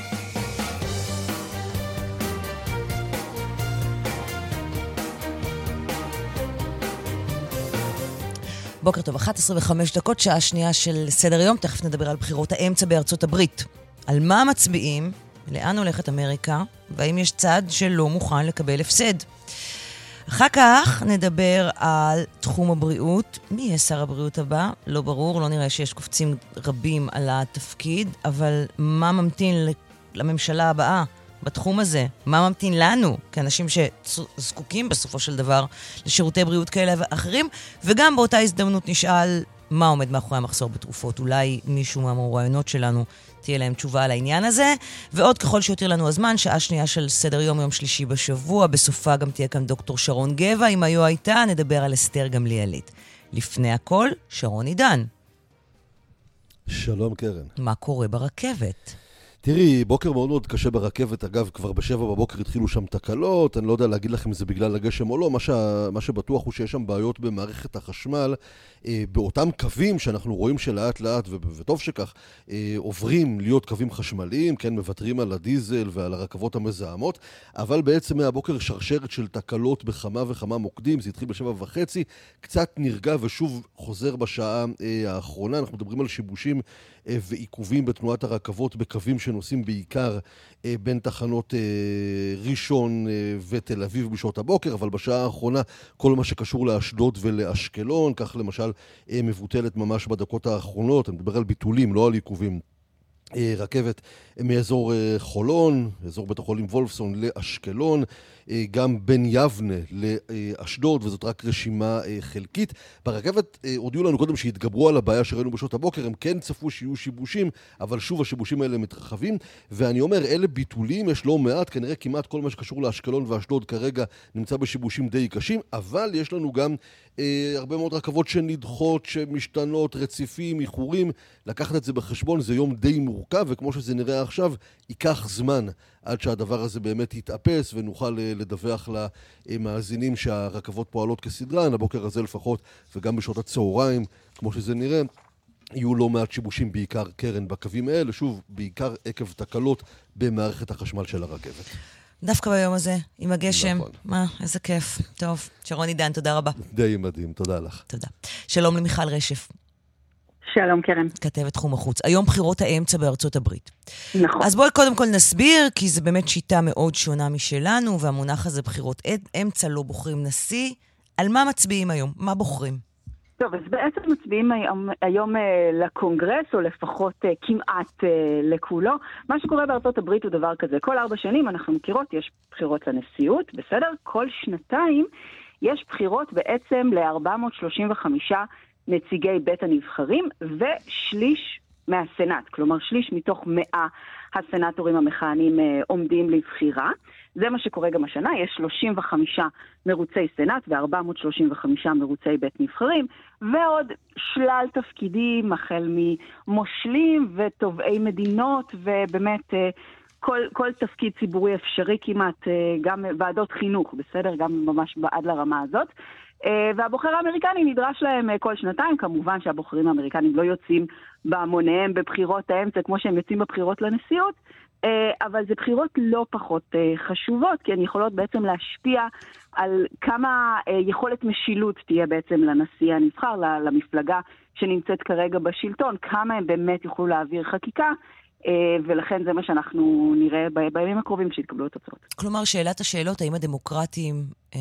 בוקר טוב, אחת עשרה וחמש דקות, שעה שנייה של סדר יום. תכף נדבר על בחירות האמצע בארצות הברית. על מה מצביעים לאן הולכת אמריקה, והאם יש צד שלא מוכן לקבל הפסד. אחר כך נדבר על תחום הבריאות. מי יהיה שר הבריאות הבא? לא ברור, לא נראה שיש קופצים רבים על התפקיד, אבל מה ממתין לממשלה הבאה בתחום הזה? מה ממתין לנו, כאנשים שזקוקים בסופו של דבר לשירותי בריאות כאלה ואחרים? וגם באותה הזדמנות נשאל מה עומד מאחורי המחסור בתרופות. אולי מישהו מהמרואיינות שלנו תהיה להם תשובה על העניין הזה. ועוד ככל שיותר לנו הזמן, שעה שנייה של סדר יום יום שלישי בשבוע, בסופה גם תהיה כאן דוקטור שרון גבע. אם היו הייתה, נדבר על אסתר גמליאלית. לפני הכל, שרון עידן. שלום קרן. מה קורה ברכבת? תראי, בוקר מאוד מאוד קשה ברכבת, אגב, כבר בשבע בבוקר התחילו שם תקלות, אני לא יודע להגיד לכם אם זה בגלל הגשם או לא, מה, ש... מה שבטוח הוא שיש שם בעיות במערכת החשמל, אה, באותם קווים שאנחנו רואים שלאט לאט, ו... וטוב שכך, אה, עוברים להיות קווים חשמליים, כן, מוותרים על הדיזל ועל הרכבות המזהמות, אבל בעצם מהבוקר שרשרת של תקלות בכמה וכמה מוקדים, זה התחיל בשבע וחצי, קצת נרגע ושוב חוזר בשעה אה, האחרונה, אנחנו מדברים על שיבושים אה, ועיכובים בתנועת הרכבות בקווים ש... שנוסעים בעיקר אה, בין תחנות אה, ראשון אה, ותל אביב בשעות הבוקר, אבל בשעה האחרונה כל מה שקשור לאשדוד ולאשקלון, כך למשל אה, מבוטלת ממש בדקות האחרונות, אני מדבר על ביטולים, לא על עיכובים. אה, רכבת אה, מאזור אה, חולון, אזור בית החולים וולפסון לאשקלון, אה, גם בין יבנה לאשדוד, וזאת רק רשימה אה, חלקית. ברכבת אה, הודיעו לנו קודם שהתגברו על הבעיה שראינו בשעות הבוקר, הם כן צפו שיהיו שיבושים, אבל שוב השיבושים האלה מתרחבים, ואני אומר, אלה ביטולים, יש לא מעט, כנראה כמעט כל מה שקשור לאשקלון ואשדוד כרגע נמצא בשיבושים די קשים, אבל יש לנו גם אה, הרבה מאוד רכבות שנדחות, שמשתנות, רציפים, איחורים, לקחת את זה בחשבון, זה יום די מורכב, וכמו שזה נראה עכשיו, ייקח זמן עד שהדבר הזה באמת יתאפס, ונוכל לדווח למאזינים שהרכבות פועלות כסדרן, הבוקר הזה לפחות, וגם בשעות הצהריים, כמו שזה נראה, יהיו לא מעט שיבושים בעיקר קרן בקווים האלה, שוב, בעיקר עקב תקלות במערכת החשמל של הרכבת. דווקא ביום הזה, עם הגשם. נכון. מה, איזה כיף. טוב, שרון עידן, תודה רבה. די מדהים, תודה לך. תודה. שלום למיכל רשף. שלום קרן. כתבת תחום החוץ. היום בחירות האמצע בארצות הברית. נכון. אז בואי קודם כל נסביר, כי זה באמת שיטה מאוד שונה משלנו, והמונח הזה בחירות אמצע לא בוחרים נשיא. על מה מצביעים היום? מה בוחרים? טוב, אז בעצם מצביעים היום, היום לקונגרס, או לפחות כמעט לכולו. מה שקורה בארצות הברית הוא דבר כזה. כל ארבע שנים אנחנו מכירות, יש בחירות לנשיאות, בסדר? כל שנתיים יש בחירות בעצם ל-ארבע מאות שלושים וחמישה נציגי בית הנבחרים, ושליש מהסנאט, כלומר שליש מתוך מאה הסנאטורים המכהנים עומדים לבחירה. זה מה שקורה גם השנה, יש שלושים וחמישה מרוצי סנאט ו-ארבע מאות שלושים וחמישה מרוצי בית נבחרים, ועוד שלל תפקידים, החל ממושלים ותובעי מדינות, ובאמת כל, כל תפקיד ציבורי אפשרי כמעט, גם ועדות חינוך, בסדר? גם ממש עד לרמה הזאת. והבוחר האמריקני נדרש להם כל שנתיים, כמובן שהבוחרים האמריקנים לא יוצאים בהמוניהם בבחירות האמצע כמו שהם יוצאים בבחירות לנשיאות, אבל זה בחירות לא פחות חשובות, כי הן יכולות בעצם להשפיע על כמה יכולת משילות תהיה בעצם לנשיא הנבחר, למפלגה שנמצאת כרגע בשלטון, כמה הם באמת יוכלו להעביר חקיקה, ולכן זה מה שאנחנו נראה בימים הקרובים שהתקבלו את התוצאות. כלומר, שאלת השאלות, האם הדמוקרטים אה,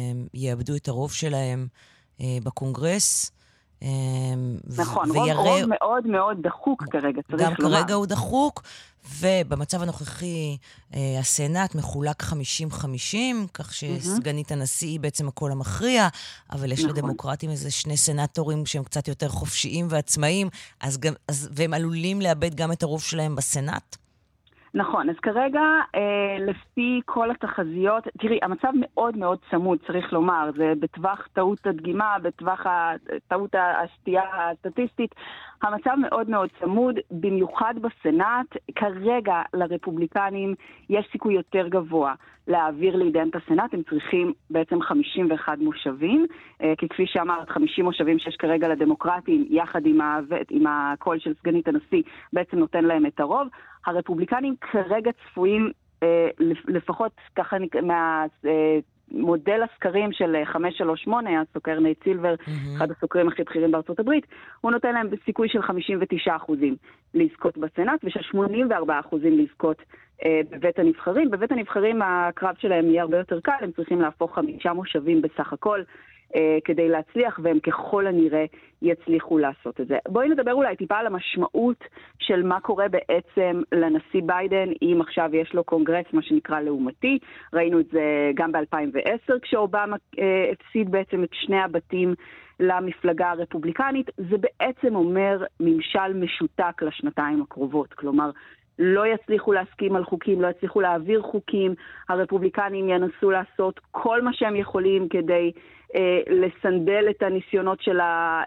יאבדו את הרוב שלהם אה, בקונגרס? אה, נכון, ו- רוב, רוב מאוד מאוד דחוק כרגע, צריך גם לומר. כרגע הוא דחוק, ובמצב הנוכחי אה, הסנאט מחולק חמישים חמישים, כך שסגנית הנשיא היא בעצם הקול המכריע, אבל יש נכון. לדמוקרטים איזה שני סנאטורים שהם קצת יותר חופשיים ועצמאיים, אז גם, אז, והם עלולים לאבד גם את הרוב שלהם בסנאט? נכון, אז כרגע, אה, לפי כל התחזיות, תראי, המצב מאוד מאוד צמוד, צריך לומר, זה בטווח טעות הדגימה, בטווח טעות הסטייה הסטטיסטית, המצב מאוד מאוד צמוד, במיוחד בסנאט, כרגע לרפובליקנים יש סיכוי יותר גבוה להעביר לידיהם את הסנאט, הם צריכים בעצם חמישים ואחד מושבים, אה, כי כפי שאמרת, חמישים מושבים שיש כרגע לדמוקרטים, יחד עם, ה... עם הקול של סגנית הנשיא, בעצם נותן להם את הרוב. הרפובליקנים כרגע צפויים, אה, לפחות ככה מה... אה, מודל הסקרים של חמש שלוש שמונה, הסוקר נייט סילבר, mm-hmm. אחד הסוקרים הכי בכירים בארצות הברית, הוא נותן להם סיכוי של חמישים ותשעה אחוזים לזכות בסנאט, ושל שמונים וארבעה אחוזים לזכות אה, בבית הנבחרים. בבית הנבחרים הקרב שלהם יהיה הרבה יותר קל, הם צריכים להפוך חמישה מושבים בסך הכל, Uh, כדי להצליח, והם ככל הנראה יצליחו לעשות את זה. בואי נדבר אולי טיפה על המשמעות של מה קורה בעצם לנשיא ביידן, אם עכשיו יש לו קונגרס, מה שנקרא לעומתי. ראינו את זה גם ב-אלפיים ועשר, כשאובמה uh, הפסיד בעצם את שני הבתים למפלגה הרפובליקנית. זה בעצם אומר ממשל משותק לשנתיים הקרובות, כלומר, לא יצליחו להסכים על חוקים, לא יצליחו להעביר חוקים, הרפובליקנים ינסו לעשות כל מה שהם יכולים כדי אה, לסנדל את הניסיונות של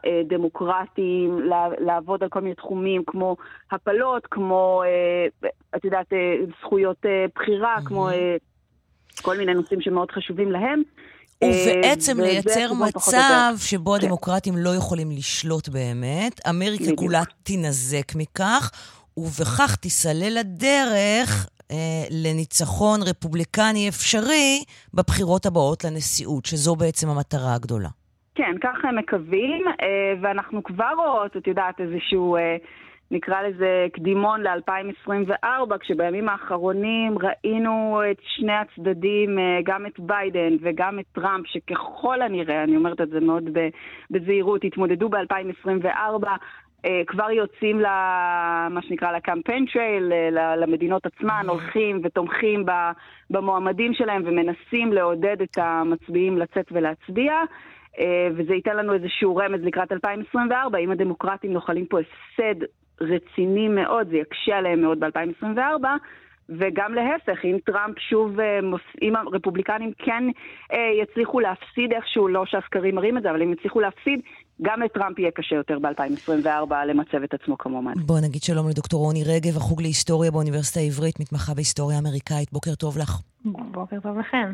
הדמוקרטים, לעבוד על כל מיני תחומים כמו הפלות, כמו, אה, את יודעת, אה, זכויות אה, בחירה, mm-hmm. כמו אה, כל מיני נושאים שמאוד חשובים להם. ובעצם אה, לייצר מצב שבו הדמוקרטים לא יכולים לשלוט באמת, אמריקה בדיוק. כולה תינזק מכך, ובכך תסלל הדרך אה, לניצחון רפובליקני אפשרי בבחירות הבאות לנשיאות, שזו בעצם המטרה הגדולה. כן, ככה הם מקווים, אה, ואנחנו כבר רואות, את יודעת, איזשהו, אה, נקרא לזה קדימון ל-אלפיים עשרים וארבע, כשבימים האחרונים ראינו את שני הצדדים, אה, גם את ביידן וגם את טראמפ, שככל הנראה, אני אומרת את זה מאוד בזהירות, התמודדו ב-אלפיים עשרים וארבע, כבר יוצאים למה שנקרא לקמפיין טרייל, למדינות עצמן, הולכים ותומכים במועמדים שלהם ומנסים לעודד את המצביעים לצאת ולהצביע, וזה ייתן לנו איזשהו רמז לקראת אלפיים עשרים וארבע, אם הדמוקרטים נוחלים פה הפסד רציני מאוד, זה יקשה עליהם מאוד ב-אלפיים עשרים וארבע, וגם להפך, אם טראמפ שוב, אם הרפובליקנים כן יצליחו להפסיד איכשהו, לא שהסקרים מראים את זה, אבל אם יצליחו להפסיד, גם לטראמפ יהיה קשה יותר ב-אלפיים עשרים וארבע למצב את עצמו כמובן. בוא נגיד שלום לדוקטור רוני רגב, החוג להיסטוריה באוניברסיטה העברית, מתמחה בהיסטוריה אמריקאית. בוקר טוב לך. בוקר טוב לכם.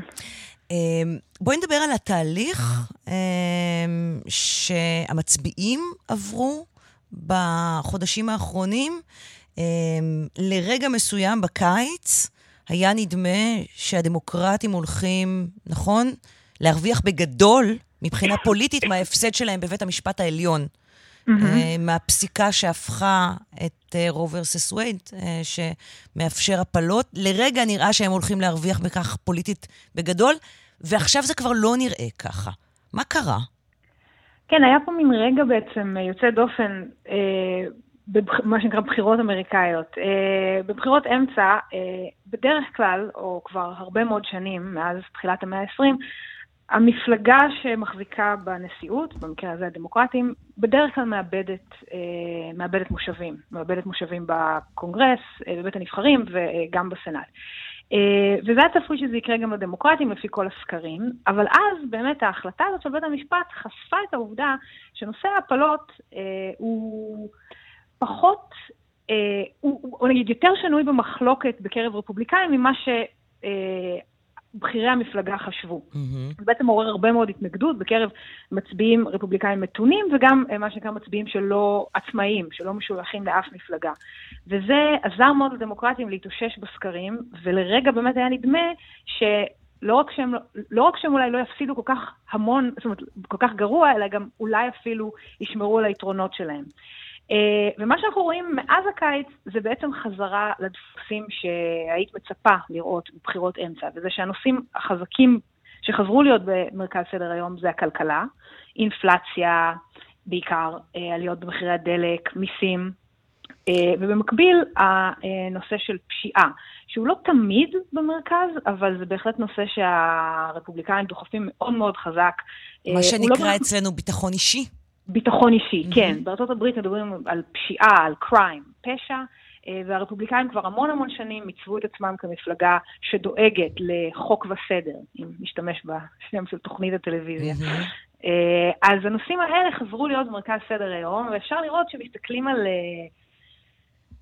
בואי נדבר על התהליך שהמצביעים עברו בחודשים האחרונים. לרגע מסוים בקיץ היה נדמה שהדמוקרטים הולכים, נכון, להרוויח בגדול מבחינה פוליטית מההפסד שלהם בבית המשפט העליון, מהפסיקה שהפכה את רו ורסס וייד, שמאפשר הפלות. לרגע נראה שהם הולכים להרוויח בכך פוליטית בגדול, ועכשיו זה כבר לא נראה ככה. מה קרה? כן, היה פה מין רגע בעצם יוצא דופן, במה שנקרא בחירות אמריקאיות. בבחירות אמצע, בדרך כלל, או כבר הרבה מאוד שנים, מאז תחילת המאה ה-עשרים, המפלגה שמחזיקה בנשיאות, במקרה הזה הדמוקרטים, בדרך כלל מאבדת, מאבדת מושבים. מאבדת מושבים בקונגרס, בבית הנבחרים וגם בסנאט. וזה היה צפוי שזה יקרה גם לדמוקרטים לפי כל הסקרים, אבל אז באמת ההחלטה הזאת של בית המשפט חשפה את העובדה שנושא ההפלות הוא פחות, הוא, הוא נגיד יותר שנוי במחלוקת בקרב רפובליקאים ממה ש... בכירי המפלגה חשבו. Mm-hmm. זה בעצם עורר הרבה מאוד התנגדות בקרב מצביעים רפובליקאים מתונים, וגם מה שנקרא מצביעים שלא עצמאיים, שלא משויכים לאף מפלגה. וזה עזר מאוד לדמוקרטים להתאושש בסקרים, ולרגע באמת היה נדמה שלא רק שהם, לא רק שהם אולי לא יפסידו כל כך המון, זאת אומרת, כל כך גרוע, אלא גם אולי אפילו ישמרו על היתרונות שלהם. ומה שאנחנו רואים מאז הקיץ זה בעצם חזרה לדפוסים שהיית מצפה לראות בבחירות אמצע, וזה שהנושאים החזקים שחזרו להיות במרכז סדר היום זה הכלכלה, אינפלציה בעיקר, עליות במחירי הדלק, מיסים, ובמקביל הנושא של פשיעה, שהוא לא תמיד במרכז, אבל זה בהחלט נושא שהרפובליקאים דוחפים מאוד מאוד חזק. מה שנקרא לא... אצלנו ביטחון אישי. ביטחון אישי, mm-hmm. כן. בארצות הברית מדברים על פשיעה, על קריים, פשע, והרפובליקאים כבר המון המון שנים מצבו את עצמם כמפלגה שדואגת לחוק וסדר, אם נשתמש בשם של תוכנית הטלוויזיה. Mm-hmm. אז הנושאים האלה חזרו להיות במרכז סדר היום, ואפשר לראות שמסתכלים על,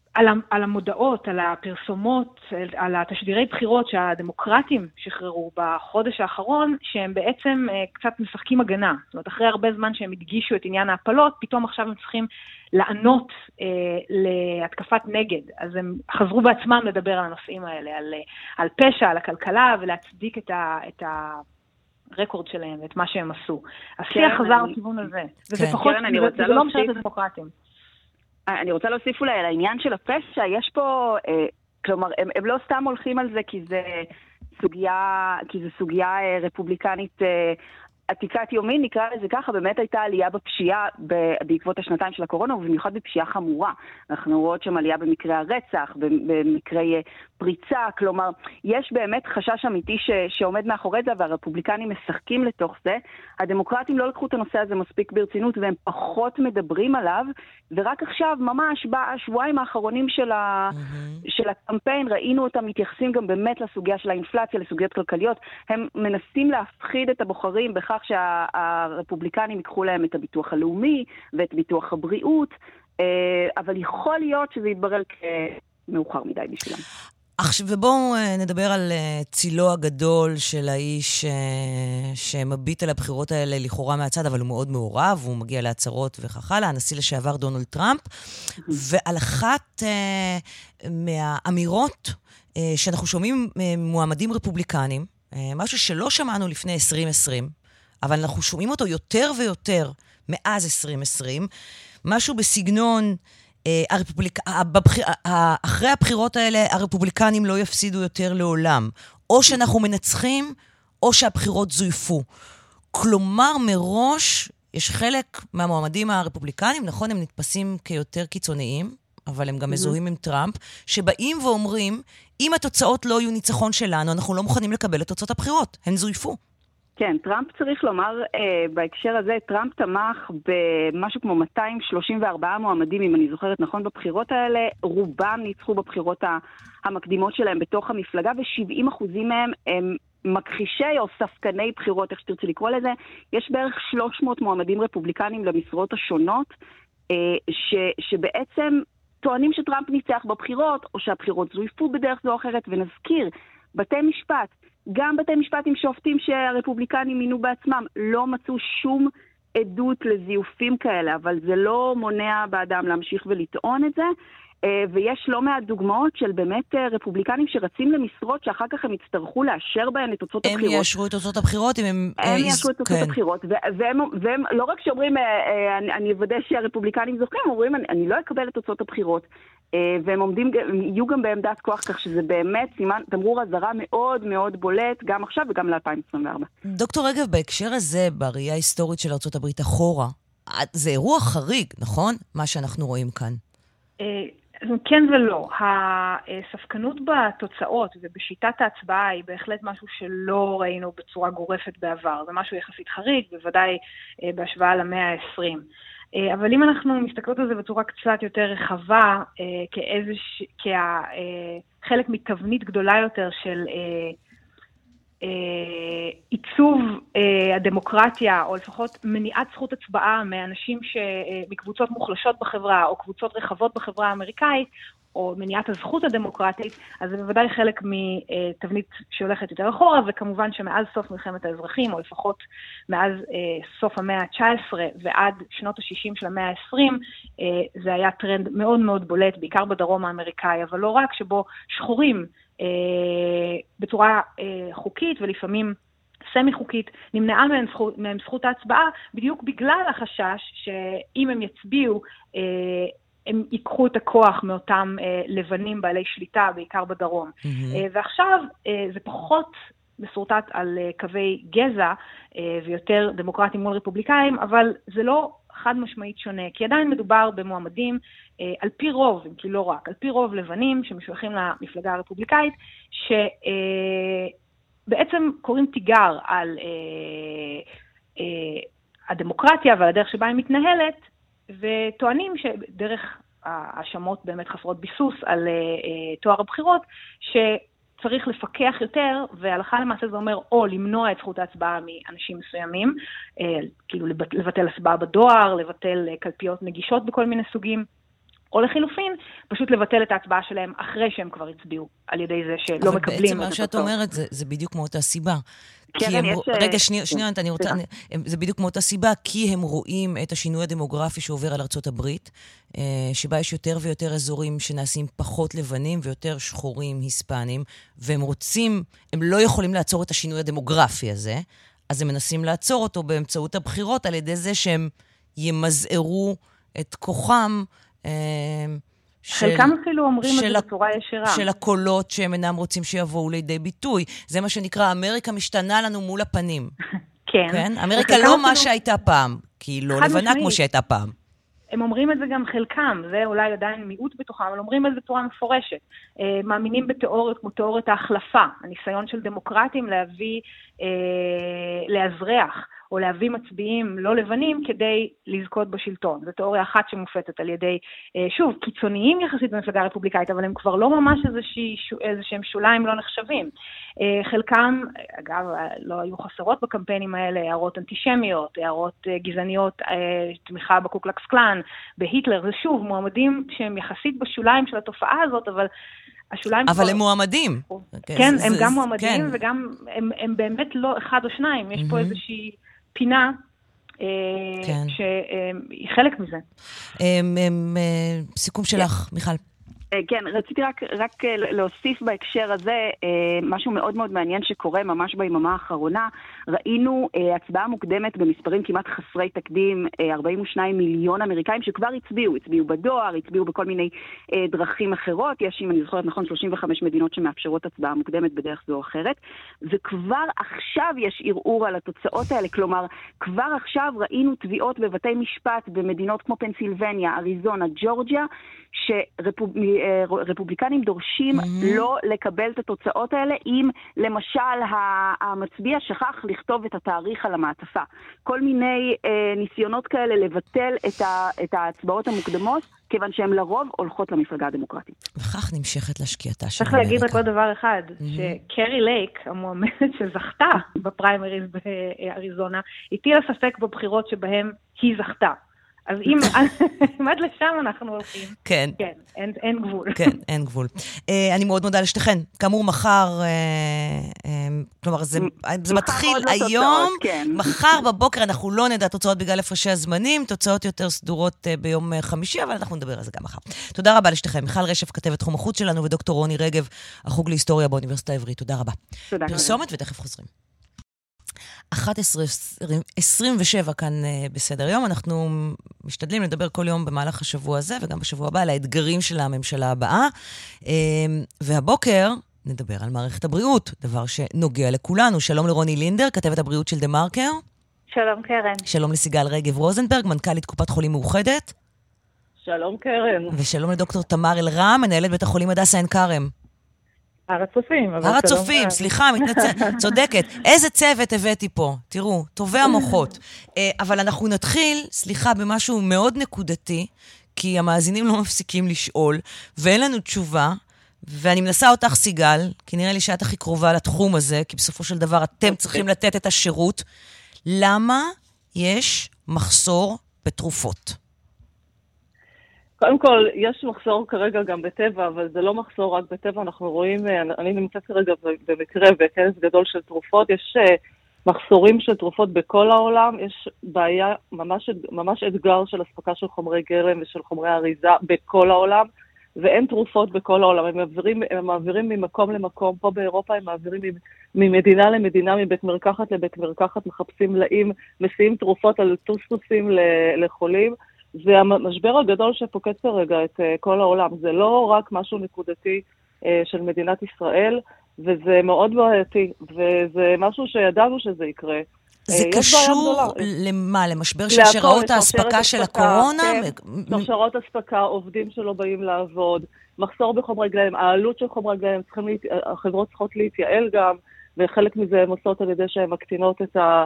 על, על המודעות, על הפרסומות, על התשדירי בחירות שהדמוקרטים שחררו בחודש האחרון, שהם בעצם קצת משחקים הגנה. זאת אומרת, אחרי הרבה זמן שהם הדגישו את עניין ההפלות, פתאום עכשיו הם צריכים לענות אה, להתקפת נגד. אז הם חזרו בעצמם לדבר על הנושאים האלה, על, על פשע, על הכלכלה, ולהצדיק את ה... את ה רקורד שלהם, את מה שהם עשו. השיח חזר לכיוון הזה. וזה פחות, זה לא משרת לדמוקרטים. אני רוצה להוסיף אולי על העניין של הפשע, יש פה, אה, כלומר, הם, הם לא סתם הולכים על זה כי זה סוגיה, כי זה סוגיה אה, רפובליקנית אה, עתיקת יומין, נקרא לזה ככה, באמת הייתה עלייה בפשיעה בעקבות השנתיים של הקורונה, ובמיוחד בפשיעה חמורה. אנחנו רואות שם עלייה במקרי הרצח, במקרי פריצה, כלומר, יש באמת חשש אמיתי ש, שעומד מאחורי זה, והרפובליקנים משחקים לתוך זה. הדמוקרטים לא לקחו את הנושא הזה מספיק ברצינות, והם פחות מדברים עליו, ורק עכשיו, ממש בשבועיים האחרונים של, ה, mm-hmm. של הקמפיין, ראינו אותם מתייחסים גם באמת לסוגיה של האינפלציה, לסוגיות כלכליות. הם מנסים להפחיד את הבוחרים בכך שהרפובליקנים ייקחו להם את הביטוח הלאומי ואת ביטוח הבריאות, אבל יכול להיות שזה יתברר כמאוחר מדי בשבילם. עכשיו, ובואו נדבר על צילו הגדול של האיש שמביט על הבחירות האלה לכאורה מהצד, אבל הוא מאוד מעורב, הוא מגיע להצהרות וכך הלאה, הנשיא לשעבר דונלד טראמפ, ועל אחת מהאמירות שאנחנו שומעים מועמדים רפובליקנים, משהו שלא שמענו לפני עשרים עשרים, אבל אנחנו שומעים אותו יותר ויותר מאז עשרים עשרים, משהו בסגנון, אה, הרפובליק... בבחיר... אחרי הבחירות האלה הרפובליקנים לא יפסידו יותר לעולם. או שאנחנו מנצחים, או שהבחירות זויפו. כלומר, מראש יש חלק מהמועמדים הרפובליקנים, נכון, הם נתפסים כיותר קיצוניים, אבל הם גם מזוהים עם טראמפ, שבאים ואומרים, אם התוצאות לא יהיו ניצחון שלנו, אנחנו לא מוכנים לקבל את תוצאות הבחירות. הן זויפו. כן, טראמפ צריך לומר, אה, בהקשר הזה, טראמפ תמך במשהו כמו מאתיים שלושים וארבעה מועמדים, אם אני זוכרת נכון, בבחירות האלה, רובם ניצחו בבחירות המקדימות שלהם בתוך המפלגה, ו-שבעים אחוזים מהם הם מכחישי או ספקני בחירות, איך שתרצי לקרוא לזה. יש בערך שלוש מאות מועמדים רפובליקנים למשרות השונות, אה, ש, שבעצם טוענים שטראמפ ניצח בבחירות, או שהבחירות זויפו בדרך זו או אחרת, ונזכיר, בתי משפט, גם בתי משפט עם שופטים שהרפובליקנים מינו בעצמם, לא מצאו שום עדות לזיופים כאלה, אבל זה לא מונע באדם להמשיך ולטעון את זה, ויש לא מעט דוגמאות של באמת רפובליקנים שרצים למשרות שאחר כך הם יצטרכו לאשר בהן את תוצאות הם הבחירות. הם יאשרו את תוצאות הבחירות אם הם... הם יאשרו את תוצאות כן. הבחירות, והם, והם לא רק שאומרים, אני, אני אוודא שהרפובליקנים זוכרים, אומרים, אני, אני לא אקבל את תוצאות הבחירות, והם עומדים, יהיו גם בעמדת כוח, כך שזה באמת סימן, תמרור אזהרה מאוד מאוד בולט, גם עכשיו וגם ל-אלפיים עשרים וארבע. דוקטור רגב, בהקשר הזה, בראייה ההיסטורית של ארצות הברית אחורה, זה אירוע חריג, נכון? מה שאנחנו רואים כאן. כן ולא. הספקנות בתוצאות ובשיטת ההצבעה היא בהחלט משהו שלא ראינו בצורה גורפת בעבר. זה משהו יחסית חריג, בוודאי בהשוואה למאה העשרים. אבל אם אנחנו מסתכלות על זה בצורה קצת יותר רחבה, כאיזוש, כחלק מתבנית גדולה יותר של עיצוב הדמוקרטיה, או לפחות מניעת זכות הצבעה מאנשים מקבוצות מוחלשות בחברה, או קבוצות רחבות בחברה האמריקאית, או מניעת הזכות הדמוקרטית, אז זה בוודאי חלק מתבנית שהולכת יותר אחורה, וכמובן שמאז סוף מלחמת האזרחים, או לפחות מאז סוף המאה ה-תשע עשרה ועד שנות ה-שישים של המאה ה-עשרים, זה היה טרנד מאוד מאוד בולט, בעיקר בדרום האמריקאי, אבל לא רק, שבו שחורים בצורה חוקית ולפעמים סמי חוקית, נמנעה מהם זכות, מהם זכות ההצבעה, בדיוק בגלל החשש שאם הם יצביעו, הם ייקחו את הכוח מאותם לבנים בעלי שליטה, בעיקר בדרום. Mm-hmm. ועכשיו זה פחות מסורטט על קווי גזע ויותר דמוקרטים מול רפובליקאים, אבל זה לא חד משמעית שונה, כי עדיין מדובר במועמדים על פי רוב, כי לא רק, על פי רוב לבנים שמשויכים למפלגה הרפובליקאית, שבעצם קוראים תיגר על הדמוקרטיה ועל הדרך שבה היא מתנהלת, וטוענים שדרך האשמות באמת חסרות ביסוס על תואר הבחירות, שצריך לפקח יותר, והלכה למעשה זה אומר או למנוע את זכות ההצבעה מאנשים מסוימים, כאילו לבטל הצבעה בדואר, לבטל קלפיות נגישות בכל מיני סוגים, או לחילופין, פשוט לבטל את ההצבעה שלהם אחרי שהם כבר הצביעו, על ידי זה שלא מקבלים את התוצאות. אבל בעצם מה שאת אומרת, זה, זה בדיוק מאותה סיבה. כי הם, רגע, שנייה, שנייה, אני רוצה, זה בדיוק מאותה סיבה, כי הם רואים את השינוי הדמוגרפי שעובר על ארצות הברית, שבה יש יותר ויותר אזורים שנעשים פחות לבנים ויותר שחורים היספנים, והם רוצים, הם לא יכולים לעצור את השינוי הדמוגרפי הזה, אז הם מנסים לעצור אותו באמצעות הבחירות, על ידי זה שהם ימזערו את כוחם, חלקם אפילו אומרים את זה בצורה ישירה. של הקולות שהם אינם רוצים שיבואו לידי ביטוי. זה מה שנקרא, אמריקה משתנה לנו מול הפנים. כן. כן? אמריקה לא מה שהייתה פעם, כי היא לא לבנה כמו שהייתה פעם. הם אומרים את זה גם חלקם, זה אולי עדיין מיעוט בתוכם, אבל אומרים את זה בצורה מפורשת. מאמינים בתיאוריות כמו תיאוריית ההחלפה, הניסיון של דמוקרטים להביא, להזרח, או להביא מצביעים לא לבנים כדי לזכות בשלטון. זו תיאוריה אחת שמופצת על ידי, שוב, קיצוניים יחסית במפלגה הרפובליקאית, אבל הם כבר לא ממש איזשהם שוליים לא נחשבים. חלקם, אגב, לא היו חסרות בקמפיינים האלה, הערות אנטישמיות, הערות גזעניות, תמיכה בקוקלקס קלאן, בהיטלר, זה שוב, מועמדים שהם יחסית בשוליים של התופעה הזאת, אבל השוליים... אבל הם מועמדים. כן, הם גם מועמדים, וגם הם באמת לא אחד או שניים, יש פה איזושהי פינה שהיא חלק מזה. סיכום שלך, מיכל. כן, רציתי רק, רק להוסיף בהקשר הזה משהו מאוד מאוד מעניין שקורה ממש ביממה האחרונה. ראינו הצבעה מוקדמת במספרים כמעט חסרי תקדים, ארבעים ושניים מיליון אמריקאים שכבר הצביעו, הצביעו בדואר, הצביעו בכל מיני דרכים אחרות. יש, אם אני זוכרת נכון, שלושים וחמש מדינות שמאפשרות הצבעה מוקדמת בדרך זו או אחרת. וכבר עכשיו יש ערעור על התוצאות האלה, כלומר, כבר עכשיו ראינו תביעות בבתי משפט במדינות כמו פנסילבניה, אריזונה, ג'ורג'יה, שרפובליקנים דורשים mm-hmm. לא לקבל את התוצאות האלה, אם למשל המצביע שכח לכתוב את התאריך על המעטפה. כל מיני אה, ניסיונות כאלה לבטל את, ה, את ההצבעות המוקדמות, כיוון שהן לרוב הולכות למפלגה הדמוקרטית. וכך נמשכת לשקיעתה של אמריקה. צריך להגיד רק עוד דבר אחד, mm-hmm. שקרי לייק, המועמדת שזכתה בפריימריז באריזונה, הטילה ספק בבחירות שבהם היא זכתה. אז אם עד לשם אנחנו הולכים, כן, כן, אין, אין גבול. כן, אין גבול. Uh, אני מאוד מודה לשתיכן. כאמור, מחר, uh, uh, כלומר, זה, זה מתחיל היום, תוצאות, כן. מחר בבוקר אנחנו לא נדע תוצאות בגלל הפרשי הזמנים, תוצאות יותר סדורות uh, ביום uh, חמישי, אבל אנחנו נדבר על זה גם מחר. תודה רבה לשתיכן. מיכל רשף, כתבת תחום החוץ שלנו, ודוקטור רוני רגב, החוג להיסטוריה באוניברסיטה העברית. תודה רבה. תודה. פרסומת ותכף חוזרים. אחת עשרה עשרים ושבע כאן בסדר יום. אנחנו משתדלים לדבר כל יום במהלך השבוע הזה, וגם בשבוע הבא, על האתגרים של הממשלה הבאה. והבוקר נדבר על מערכת הבריאות, דבר שנוגע לכולנו. שלום לרוני לינדר, כתבת הבריאות של דה מרקר. שלום קרן. שלום לסיגל רגב רוזנברג, מנכ"לית קופת חולים מאוחדת. שלום קרן. ושלום לדוקטור תמר אלרם, מנהלת בית החולים הדסה עין כרם. הר הצופים. הר הצופים, סליחה, מתנצל, צודקת. איזה צוות הבאתי פה? תראו, טובי המוחות. אבל אנחנו נתחיל, סליחה, במשהו מאוד נקודתי, כי המאזינים לא מפסיקים לשאול, ואין לנו תשובה, ואני מנסה אותך, סיגל, כי נראה לי שאת הכי קרובה לתחום הזה, כי בסופו של דבר אתם צריכים לתת את השירות. למה יש מחסור בתרופות? קודם כל, יש מחסור כרגע גם בטבע, אבל זה לא מחסור רק בטבע. אנחנו רואים, אני נמצאת כרגע במקרה בכנס גדול של תרופות, יש מחסורים של תרופות בכל העולם, יש בעיה, ממש, ממש אתגר של הספקה של חומרי גלם ושל חומרי אריזה בכל העולם, ואין תרופות בכל העולם. הם מעבירים, הם מעבירים ממקום למקום, פה באירופה הם מעבירים ממדינה למדינה, מבית מרקחת לבית מרקחת, מחפשים לאים, מסיעים תרופות על טוסטוסים לחולים, זה המשבר הגדול שפוקד כרגע את כל העולם. זה לא רק משהו נקודתי של מדינת ישראל, וזה מאוד בעייתי, וזה משהו שידענו שזה יקרה. זה קשור למה? למשבר שרשראות ההספקה של הקורונה? שרשראות הספקה, עובדים שלא באים לעבוד, מחסור בחומרי גלם, העלות של חומרי גלם, החברות צריכות להתייעל גם, וחלק מזה הן עושות על ידי שהן מקטינות את ה...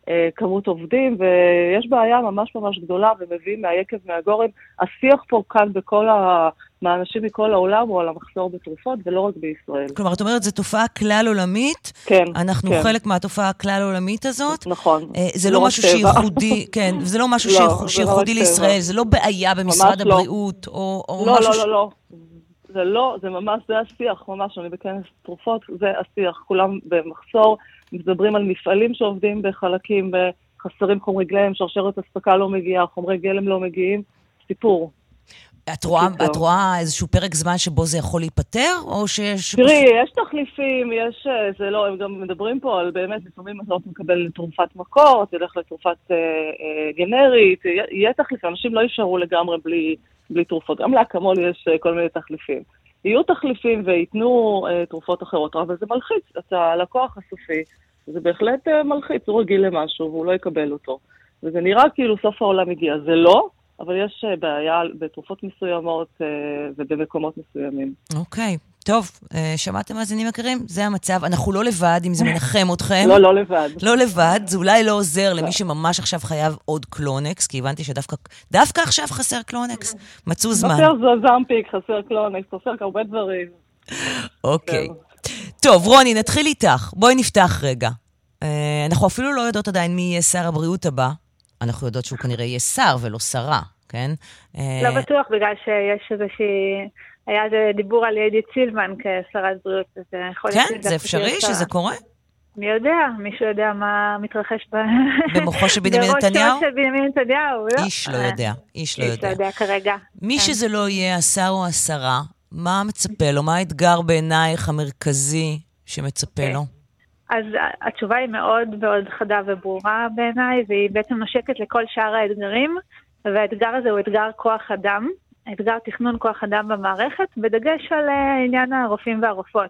כמות עובדים, ויש בעיה ממש ממש גדולה, ומביאים מהיקב מהגורן. השיח פה כאן בכל ה... מהאנשים מכל העולם הוא על המחסור בתרופות, ולא רק בישראל. כלומר, את אומרת, זו תופעה כלל עולמית? כן. אנחנו כן. חלק מהתופעה הכלל עולמית הזאת? נכון. זה לא משהו שייחודי, כן, זה לא משהו שייחודי לישראל, זה לא בעיה במשרד הבריאות, או לא, משהו... לא, לא, לא. זה לא, זה ממש, זה השיח, ממש, אני בכנס תרופות, זה השיח. כולם במחסור, מדברים על מפעלים שעובדים בחלקים, בחסרים חומרי גלם, שרשרת אספקה לא מגיעה, חומרי גלם לא מגיעים, סיפור. את רואה, את רואה איזשהו פרק זמן שבו זה יכול להיפטר, או שיש... תראי, יש תחליפים, יש, זה לא, הם גם מדברים פה על באמת, לפעמים אתה לא מקבל תרופת מקור, תלך לתרופת אה, אה, גנרית, יהיה תחליפים, אנשים לא יישארו לגמרי בלי, בלי תרופות, גם לאקמול יש כל מיני תחליפים. יהיו תחליפים וייתנו אה, תרופות אחרות, אבל זה מלחיץ, את הלקוח הסופי, זה בהחלט אה, מלחיץ, הוא רגיל למשהו והוא לא יקבל אותו. וזה נראה כאילו סוף העולם הגיע, זה לא, אבל יש בעיה בתרופות מסוימות ובמקומות מסוימים. אוקיי, טוב, שמעתם מאזינים יקרים? זה המצב. אנחנו לא לבד, אם זה מנחם אתכם. לא, לא לבד. לא לבד, זה אולי לא עוזר למי שממש עכשיו חייב עוד קלונקס, כי הבנתי שדווקא עכשיו חסר קלונקס. מצאו זמן. חסר זמפיק, חסר קלונקס, חסר הרבה דברים. אוקיי. טוב, רוני, נתחיל איתך. בואי נפתח רגע. אנחנו אפילו לא יודעות עדיין מי יהיה שר הבריאות הבא. אנחנו יודעות שהוא כנראה יהיה שר ולא שרה, כן? לא בטוח, בגלל שיש איזושהי... היה איזה דיבור על עידית סילמן כשרת בריאות. כן, זה אפשרי שזה קורה? מי יודע? מישהו יודע מה מתרחש במוחו של בנימין נתניהו? בראשו של בנימין נתניהו, לא? איש לא יודע, איש לא יודע. איש לא יודע כרגע. מי שזה לא יהיה, השר או השרה, מה מצפה לו? מה האתגר בעינייך המרכזי שמצפה לו? אז התשובה היא מאוד מאוד חדה וברורה בעיניי, והיא בעצם נושקת לכל שאר האתגרים, והאתגר הזה הוא אתגר כוח אדם, אתגר תכנון כוח אדם במערכת, בדגש על עניין הרופאים והרופאות.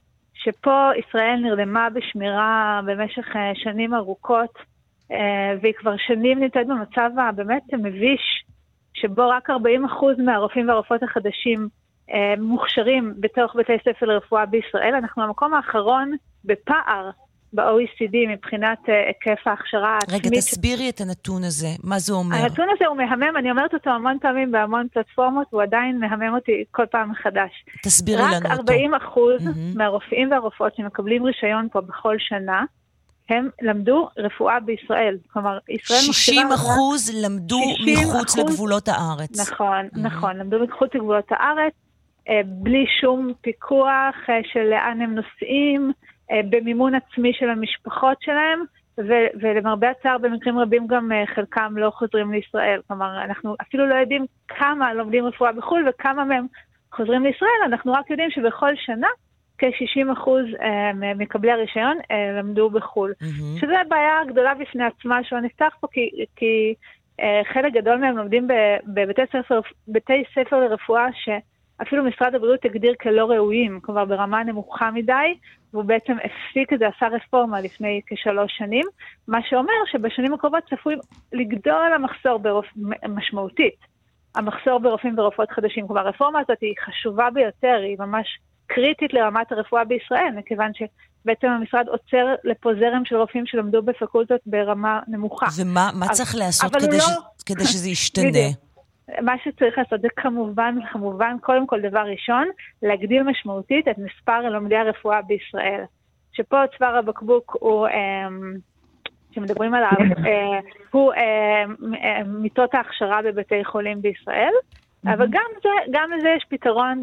שפה ישראל נרדמה בשמירה במשך שנים ארוכות, והיא כבר שנים נמצאת במצב הבאמת מביש, שבו רק ארבעים אחוז מהרופאים והרופאות החדשים מוכשרים בתוך בתי ספר לרפואה בישראל. אנחנו המקום האחרון בפער ב-או אי סי די מבחינת היקף ההכשרה העצמית. רגע, תסבירי את הנתון הזה. מה זה אומר? הנתון הזה הוא מהמם, אני אומרת אותו המון פעמים בהמון פלטפורמות, הוא עדיין מהמם אותי כל פעם מחדש. תסבירי לנו אותו. רק ארבעים אחוז mm-hmm. מהרופאים והרופאות שמקבלים רישיון פה בכל שנה, הם למדו רפואה בישראל. כלומר, ישראל שישים אחוז למדו מחוץ לגבולות הארץ. נכון, mm-hmm. נכון, למדו מחוץ לגבולות הארץ, בלי שום פיקוח של לאן הם נוסעים, במימון עצמי של המשפחות שלהם, ו- ולמרבה הצער במקרים רבים גם חלקם לא חוזרים לישראל. כלומר, אנחנו אפילו לא יודעים כמה לומדים רפואה בחו"ל וכמה מהם חוזרים לישראל, אנחנו רק יודעים שבכל שנה כ-שישים אחוז מקבלי הרישיון למדו בחו"ל. Mm-hmm. שזו בעיה גדולה בפני עצמה שלא נפתח פה, כי, כי חלק גדול מהם לומדים בבתי ספר, בתי ספר לרפואה ש... אפילו משרד הבריאות הגדיר כלא ראויים, כבר ברמה נמוכה מדי, והוא בעצם הפסיק את זה, עשה רפורמה לפני כשלוש שנים, מה שאומר שבשנים הקרובות צפוי לגדול המחסור ברופ... משמעותית, המחסור ברופאים ורופאות חדשים. כלומר, הרפורמה הזאת היא חשובה ביותר, היא ממש קריטית לרמת הרפואה בישראל, מכיוון שבעצם המשרד עוצר לפה זרם של רופאים שלמדו בפקולטות ברמה נמוכה. ומה מה צריך לעשות כדי, לא... ש... כדי שזה ישתנה? מה שצריך לעשות זה כמובן, כמובן, קודם כל דבר ראשון, להגדיל משמעותית את מספר לומדי הרפואה בישראל. שפה צוואר הבקבוק הוא, שמדברים עליו, הוא מיטות ההכשרה בבתי חולים בישראל, אבל גם זה, גם לזה יש פתרון,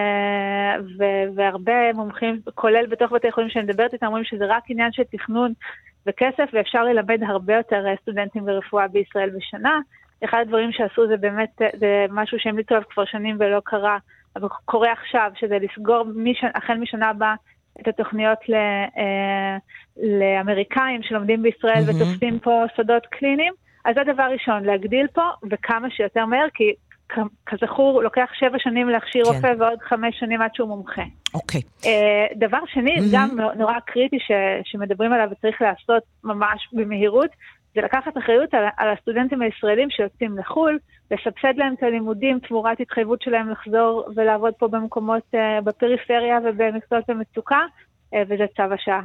והרבה מומחים, כולל בתוך בתי חולים שאני מדברת איתם, אומרים שזה רק עניין של תכנון וכסף, ואפשר ללמד הרבה יותר סטודנטים ברפואה בישראל בשנה. אחד הדברים שעשו זה באמת, זה משהו שהם ליטו כבר שנים ולא קרה, אבל קורה עכשיו, שזה לסגור משנה, החל משנה הבאה את התוכניות ל, אה, לאמריקאים שלומדים בישראל mm-hmm. ותופסים פה שדות קליניים. אז זה דבר ראשון, להגדיל פה וכמה שיותר מהר, כי כזכור לוקח שבע שנים להכשיר כן. רופא ועוד חמש שנים עד שהוא מומחה. אוקיי. אה, דבר שני, mm-hmm. גם נורא קריטי ש, שמדברים עליו וצריך לעשות ממש במהירות, זה לקחת אחריות על, על הסטודנטים הישראלים שיוצאים לחול, לסבסד להם את הלימודים, תמורת התחייבות שלהם לחזור ולעבוד פה במקומות, uh, בפריפריה ובמקצועות במצוקה, uh, וזה צו השעה.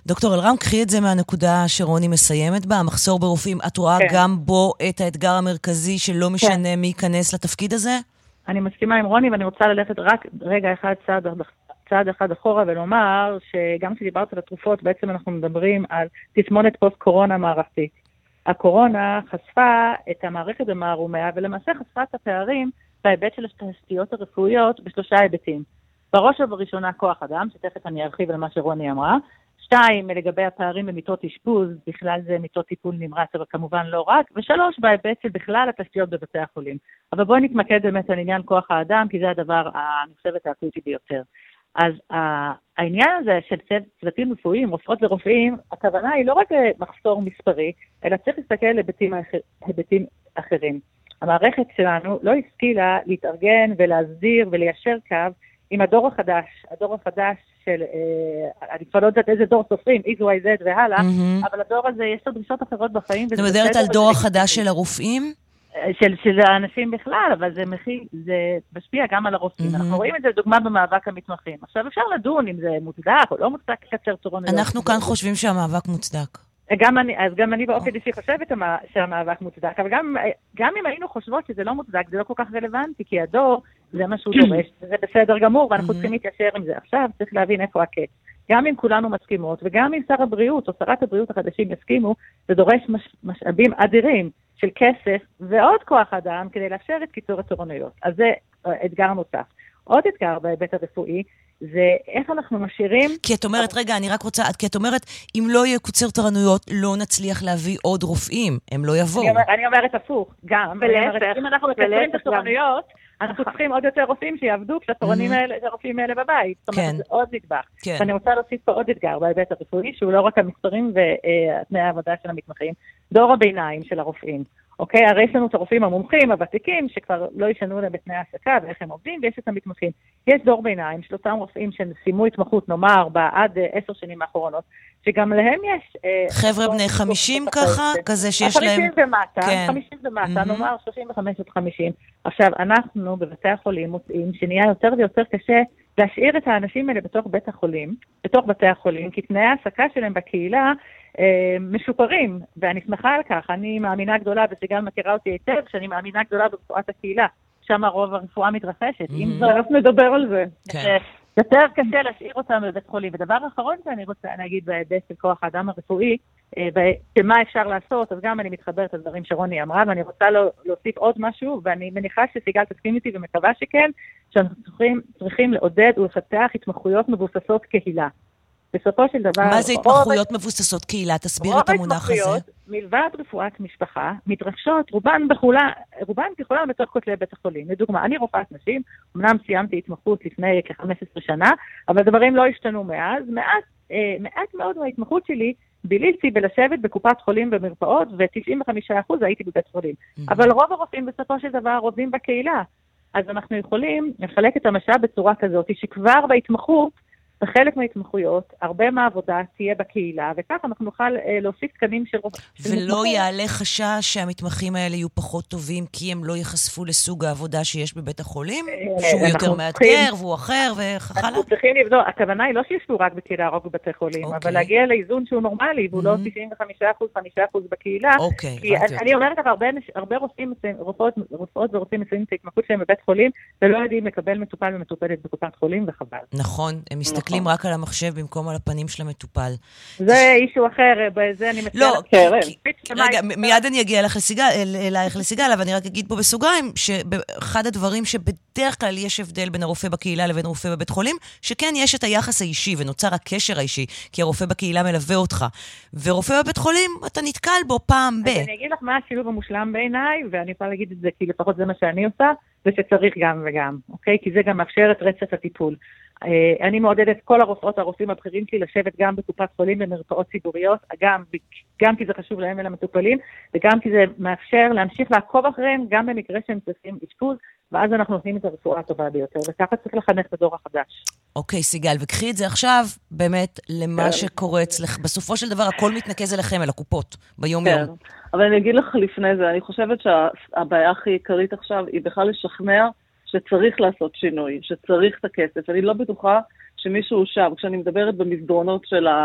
דוקטור אלרם, קחי את זה מהנקודה שרוני מסיימת בה, המחסור ברופאים, את רואה כן. גם בו את האתגר המרכזי שלא משנה כן. מי ייכנס לתפקיד הזה? אני מסכימה עם רוני, ואני רוצה ללכת רק רגע אחד צעד, צעד אחד אחורה ולומר שגם כשדיברת על התרופות, בעצם אנחנו מדברים על תסמונת פוסט-קורונה מערכתית. הקורונה חשפה את המערכת במערומיה, ולמעשה חשפה את הפערים בהיבט של התשתיות הרפואיות בשלושה היבטים. בראש ובראשונה כוח אדם, שתכף אני ארחיב על מה שרוני אמרה. שתיים, לגבי הפערים במיטות אשפוז, בכלל זה מיטות טיפול נמרץ, אבל כמובן לא רק. ושלוש, בהיבט של בכלל התשתיות בבתי החולים. אבל בואי נתמקד באמת על עניין כוח האדם, כי זה הדבר, אני חושבת, האקוטי ביותר. אז העניין הזה של צוותים רפואיים, רופאות ורופאים, הכוונה היא לא רק מחסור מספרי, אלא צריך להסתכל על היבטים, היבטים אחרים. המערכת שלנו לא השכילה להתארגן ולהסדיר וליישר קו עם הדור החדש, הדור החדש של, אה, אני כבר לא יודעת איזה דור סופרים, X, Y, Z והלאה, mm-hmm. אבל הדור הזה יש לו דרישות אחרות בחיים. את מדברת על דור החדש של הרופאים? של, של האנשים בכלל, אבל זה, מחי, זה משפיע גם על הרופאים. Mm-hmm. אנחנו רואים את זה דוגמה במאבק המתמחים. עכשיו אפשר לדון אם זה מוצדק או לא מוצדק לקצר תורנויות. אנחנו כאן חושבים שהמאבק מוצדק. גם אני, אז גם אני באופן אישי חושבת שהמאבק מוצדק, אבל גם, גם אם היינו חושבות שזה לא מוצדק, זה לא כל כך רלוונטי, כי הדור זה מה שהוא דורש, זה בסדר גמור, ואנחנו צריכים להתיישר עם זה. עכשיו צריך להבין איפה הקץ. גם אם כולנו מסכימות, וגם אם שר הבריאות או שרת הבריאות החדשים יסכימו, זה דורש מש, משאבים אדירים של כסף ועוד כוח אדם כדי לאפשר את קיצור התורנויות. אז זה אתגר נוסף. עוד אתגר בהיבט הרפואי, זה איך אנחנו משאירים... כי את אומרת, רגע, אני רק רוצה, כי את אומרת, אם לא יהיה קוצר תורנויות, לא נצליח להביא עוד רופאים, הם לא יבואו. אני, אומר, אני אומרת הפוך, גם. ולהפך. אם אנחנו מקצרים את התורנויות, אנחנו צריכים עוד יותר רופאים שיעבדו כשהרופאים האלה בבית. זאת אומרת, זה עוד נדבך. ואני רוצה להוסיף פה עוד אתגר בהיבט הרפואי, שהוא לא רק המספרים ותנאי העבודה של המתמחים, דור הביניים של הרופאים. אוקיי, הרי יש לנו את הרופאים המומחים, הוותיקים, שכבר לא ישנו להם בתנאי העסקה ואיך הם עובדים, ויש את המתמחים. יש דור ביניים של אותם רופאים שסיימו התמחות, נאמר, בעד עשר שנים האחרונות, שגם להם יש... חבר'ה בני חמישים ככה, כזה שיש להם... חמישים ומטה, חמישים ומטה, נאמר שלושים וחמש עד חמישים. עכשיו, אנחנו בבתי החולים מוצאים שנהיה יותר ויותר קשה להשאיר את האנשים האלה בתוך בית החולים, בתוך בתי החולים, כי תנאי העסקה שלהם בקהילה משופרים, ואני שמחה על כך. אני מאמינה גדולה, וסיגל מכירה אותי היטב, שאני מאמינה גדולה ברפואת הקהילה, שם הרוב הרפואה מתרחשת. אם זאת נדבר על זה. יותר קשה להשאיר אותם בבית חולים. ודבר האחרון שאני רוצה להגיד בהיבט של כוח האדם הרפואי, ומה אפשר לעשות, אז גם אני מתחברת על דברים שרוני אמרה, ואני רוצה להוסיף עוד משהו, ואני מניחה שסיגל תסכים איתי ומקווה שכן, שאנחנו צריכים, צריכים לעודד ולפתח התמחויות מבוססות קהילה. בסופו של דבר... מה זה התמחויות מבוססות קהילה? תסביר את המונח הזה. רוב ההתמחויות, מלבד רפואת משפחה, מתרחשות, רובן בכולה, רובן ככולן בתוך כותלי בית החולים. לדוגמה, אני רופאת נשים, אמנם סיימתי התמחות לפני כ-חמש עשרה שנה, אבל דברים לא השתנו מאז. מעט, אה, מעט מאוד מההתמחות שלי ביליתי בלשבת בקופת חולים ומרפאות, ו-תשעים וחמישה אחוז הייתי בבית חולים. Mm-hmm. אבל רוב הרופאים בסופו של דבר עובדים בקהילה. אז אנחנו יכולים לחלק את המשאב בצורה כזאת, שכבר בהתמחות, בחלק מההתמחויות, הרבה מהעבודה תהיה בקהילה, וכך אנחנו נוכל אה, להוסיף תקנים של רופאים. ולא יעלה חשש שהמתמחים האלה יהיו פחות טובים, כי הם לא יחשפו לסוג העבודה שיש בבית החולים, שהוא יותר מאתגר והוא אחר וכך הלאה? אנחנו צריכים לבדוק, הכוונה היא לא שישבו רק בקהילה, רק בבתי חולים, אבל להגיע לאיזון שהוא נורמלי, והוא לא תשעים וחמישה אחוז, חמישה אחוז בקהילה. כי אני אומרת לך, הרבה רופאות ורופאים מסיימים את ההתמחות שלהם בבית חולים, ולא יודעים לקבל מטופל ומטופלת בקופת חולים, וחבל. נכון, הם מסתכלים רק על המחשב במקום על הפנים של המטופל. זה אישו אחר, בזה אני מציעה. לא, רגע, מיד אני אגיע אלייך לסיגל, אבל אני רק אגיד פה בסוגריים, שאחד הדברים שבדרך כלל יש הבדל בין הרופא בקהילה לבין רופא בבית חולים, שכן יש את היחס האישי ונוצר הקשר האישי, כי הרופא בקהילה מלווה אותך, ורופא בבית חולים אתה נתקל בו פעם ב. אז אני אגיד לך מה השילוב המושלם בעיניי, ואני יכולה להגיד את זה, כי לפחות זה מה שאני עושה, זה שצריך גם וגם, אוקיי? כי זה גם מאפשר את רצף הטיפול. אני מעודדת כל הרופאות, הרופאים הבכירים שלי, לשבת גם בקופת חולים במרפאות ציבוריות, גם, גם כי זה חשוב להם ולמטופלים, וגם כי זה מאפשר להמשיך לעקוב אחריהם, גם במקרה שהם צריכים אשפוז, ואז אנחנו נותנים את הרפואה הטובה ביותר, וככה צריך לחנך את הדור החדש. אוקיי, סיגל, וקחי את זה עכשיו באמת למה שקורה אצלך. בסופו של דבר הכל מתנקז אליכם, אל הקופות, ביום יום. כן, אבל אני אגיד לך לפני זה, אני חושבת שהבעיה הכי עיקרית עכשיו היא בכלל לשכנע שצריך לעשות שינוי, שצריך את הכסף. אני לא בטוחה שמישהו שם, כשאני מדברת במסדרונות של